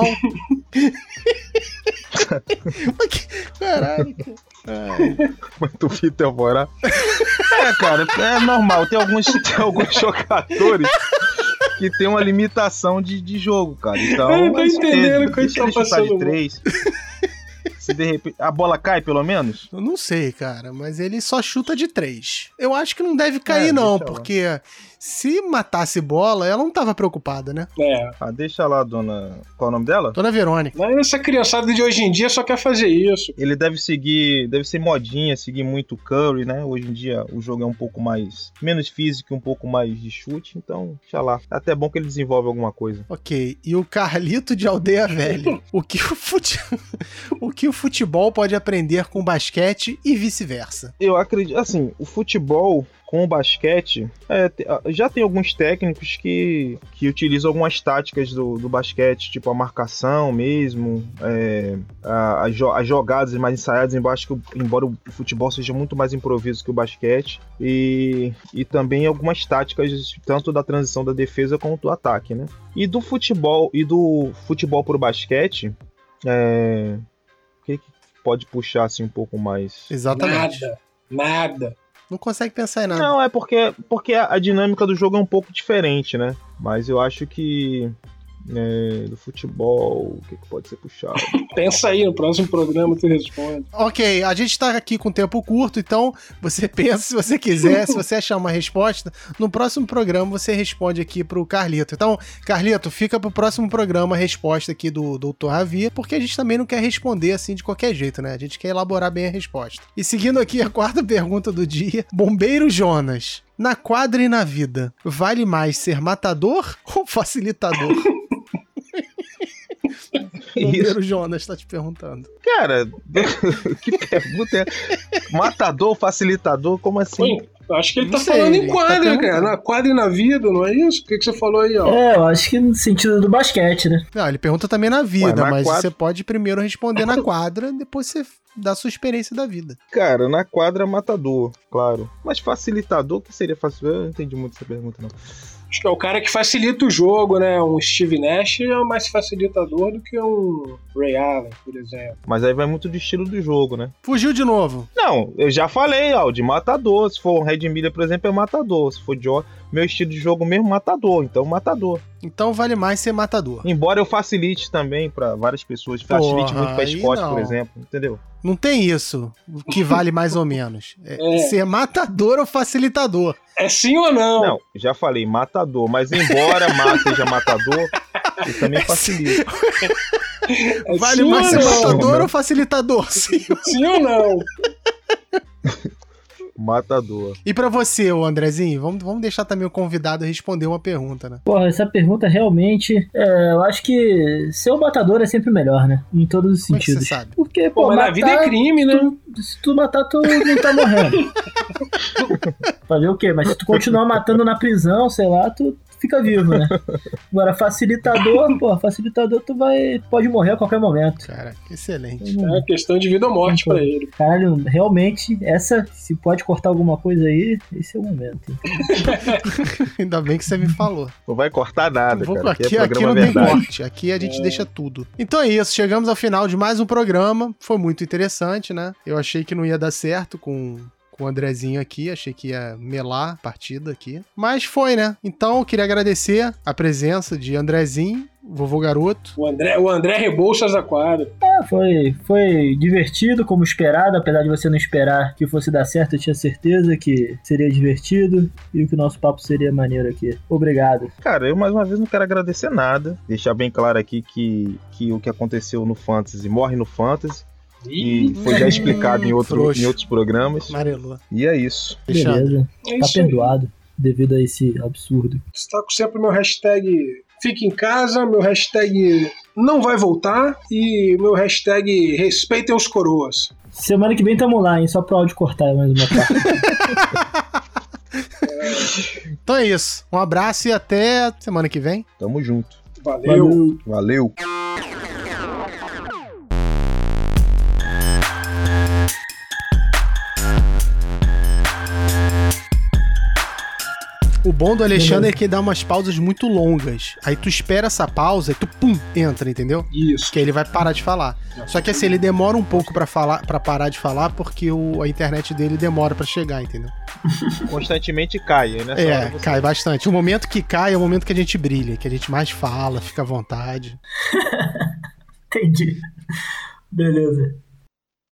Speaker 2: Mas que- Caralho. Ai.
Speaker 3: Muito Vitor Morar. É, cara, é normal. Tem alguns, tem alguns jogadores que tem uma limitação de, de jogo, cara. Então,
Speaker 4: Eu tô entendendo o que
Speaker 3: deixa
Speaker 4: tá
Speaker 3: ele chutar
Speaker 4: passando
Speaker 3: de
Speaker 4: mal.
Speaker 3: três. Se de repente a bola cai, pelo menos.
Speaker 2: Eu não sei, cara, mas ele só chuta de três. Eu acho que não deve cair,
Speaker 3: É,
Speaker 2: não,
Speaker 3: deixa lá.
Speaker 2: porque se matasse bola, ela não tava preocupada, né?
Speaker 4: É.
Speaker 3: Ah, deixa lá, dona. Qual é o nome dela?
Speaker 2: Dona Verônica.
Speaker 4: Mas essa criançada de hoje em dia só quer fazer isso.
Speaker 3: Ele deve seguir, deve ser modinha, seguir muito o Curry, né? Hoje em dia o jogo é um pouco mais, menos físico, um pouco mais de chute, então, deixa lá. É até bom que ele desenvolve alguma coisa.
Speaker 2: Ok, e o Carlito de Aldeia Velha. O que o, fute... o que o futebol pode aprender com basquete e vice-versa?
Speaker 3: Eu acredito, assim, o futebol com o basquete, é, te- já tem alguns técnicos que, que utilizam algumas táticas do, do basquete, tipo a marcação mesmo, é, a- as jo- as jogadas mais ensaiadas, embaixo, que, embora o futebol seja muito mais improviso que o basquete, e, e também algumas táticas tanto da transição da defesa quanto do ataque, né? E do futebol, e do futebol pro basquete, é, o que, que pode puxar assim um pouco mais?
Speaker 2: Exatamente.
Speaker 4: Nada. Nada.
Speaker 2: Não consegue pensar em nada.
Speaker 3: Não, é porque, porque a, a dinâmica do jogo é um pouco diferente, né? Mas eu acho que é, do futebol, o que, que pode ser puxado?
Speaker 4: Pensa aí, no próximo programa tu responde.
Speaker 2: Ok, a gente tá aqui com tempo curto, então você pensa se você quiser, se você achar uma resposta, no próximo programa você responde aqui pro Carlito. Então, Carlito, fica pro próximo programa a resposta aqui do doutor Ravi, porque a gente também não quer responder assim de qualquer jeito, né? A gente quer elaborar bem a resposta. E seguindo aqui a quarta pergunta do dia, Bombeiro Jonas, na quadra e na vida, vale mais ser matador ou facilitador? Bombeiro Jonas tá te perguntando.
Speaker 3: Cara, que pergunta é? Matador, facilitador, como assim?
Speaker 4: Oi, eu acho que ele
Speaker 2: Não
Speaker 4: tá
Speaker 2: sei,
Speaker 4: falando
Speaker 2: ele
Speaker 4: em
Speaker 2: tá
Speaker 4: quadra,
Speaker 2: perguntando.
Speaker 4: cara. Na quadra e na vida, não é isso? O que, que você falou aí, ó?
Speaker 1: É, eu acho que no sentido do basquete, né?
Speaker 2: Não, ele pergunta também na vida,
Speaker 3: Ué, na
Speaker 2: mas
Speaker 3: quadra-
Speaker 2: você pode primeiro responder na quadra, depois você dá a sua experiência da vida.
Speaker 3: Cara, na quadra, matador, claro. Mas facilitador, o que seria facilitador? Eu não entendi muito essa pergunta, não.
Speaker 4: Acho que é o cara que facilita o jogo, né? Um Steve Nash é mais facilitador do que um Ray Allen, por exemplo.
Speaker 3: Mas aí vai muito do estilo do jogo, né?
Speaker 2: Fugiu de novo.
Speaker 3: Não, eu já falei, ó, de matador. Se for um Red Miller, por exemplo, é matador. Se for de meu estilo de jogo mesmo, matador. Então, matador.
Speaker 2: Então vale mais ser matador.
Speaker 3: Embora eu facilite também pra várias pessoas. Facilite
Speaker 2: Porra,
Speaker 3: muito pra esporte,
Speaker 2: não.
Speaker 3: por exemplo. Entendeu?
Speaker 2: Não tem isso que vale mais ou menos. É, é. Ser matador ou facilitador.
Speaker 4: É sim ou não?
Speaker 3: Não, já falei matador. Mas embora mata seja matador, ele também facilita.
Speaker 4: É
Speaker 2: vale
Speaker 4: sim
Speaker 2: mais ser
Speaker 4: ou
Speaker 2: matador
Speaker 3: não?
Speaker 2: ou facilitador? Sim.
Speaker 4: Sim ou não?
Speaker 3: Matador.
Speaker 2: E pra você, ô Andrezinho, vamos, vamos deixar também o convidado responder uma pergunta, né?
Speaker 1: Porra, essa pergunta realmente, é, eu acho que ser um matador é sempre melhor, né? Em todos os
Speaker 2: Como é que
Speaker 1: sentidos.
Speaker 2: você sabe?
Speaker 1: Porque, pô,
Speaker 4: Pô, mas
Speaker 1: matar,
Speaker 4: na vida é crime, né?
Speaker 1: tu, se tu matar, tu não tá morrendo. Fazer o quê? Mas se tu continuar matando na prisão, sei lá, tu fica vivo, né? Agora, facilitador, pô, facilitador tu vai, pode morrer a qualquer momento.
Speaker 2: Cara, excelente.
Speaker 4: É questão de vida ou morte pra ele.
Speaker 1: Caralho, realmente, essa, se pode cortar alguma coisa aí, esse é o momento.
Speaker 2: Ainda bem que você me falou.
Speaker 3: Não vai cortar nada,
Speaker 2: Vou,
Speaker 3: cara.
Speaker 2: aqui
Speaker 3: é
Speaker 2: aqui não
Speaker 3: verdade.
Speaker 2: tem corte, aqui a gente é. deixa tudo. Então é isso, chegamos ao final de mais um programa. Foi muito interessante, né? Eu achei que não ia dar certo com... com o Andrezinho aqui, achei que ia melar a partida aqui, mas foi, né? Então eu queria agradecer a presença de Andrezinho, vovô garoto.
Speaker 4: O André, o André Rebouças da quadra.
Speaker 1: É, foi, foi divertido, como esperado, apesar de você não esperar que fosse dar certo, eu tinha certeza que seria divertido e que o nosso papo seria maneiro aqui. Obrigado.
Speaker 3: Cara, eu mais uma vez não quero agradecer nada, deixar bem claro aqui que, que o que aconteceu no Fantasy morre no Fantasy. E foi já explicado em, outro, em outros programas.
Speaker 2: Amarelou.
Speaker 3: E é isso.
Speaker 1: Beleza.
Speaker 4: É
Speaker 1: tá
Speaker 4: isso
Speaker 1: perdoado devido a esse absurdo.
Speaker 4: Destaco sempre meu hashtag fique em casa, meu hashtag não vai voltar e meu hashtag respeitem os coroas.
Speaker 1: Semana que vem tamo lá, hein? Só pro áudio cortar mais uma parte.
Speaker 2: Então é isso. Um abraço e até semana que vem.
Speaker 3: Tamo junto.
Speaker 4: Valeu.
Speaker 3: Valeu. Valeu.
Speaker 2: O bom do Alexandre é que dá umas pausas muito longas. Aí tu espera essa pausa e tu, pum, entra, entendeu?
Speaker 4: Isso.
Speaker 2: Que aí ele vai parar de falar. Só que assim, ele demora um pouco pra, falar, pra parar de falar porque o, a internet dele demora pra chegar, entendeu?
Speaker 3: Constantemente cai, né?
Speaker 2: É, cai bastante. O momento que cai é o momento que a gente brilha, que a gente mais fala, fica à vontade.
Speaker 1: Entendi. Beleza.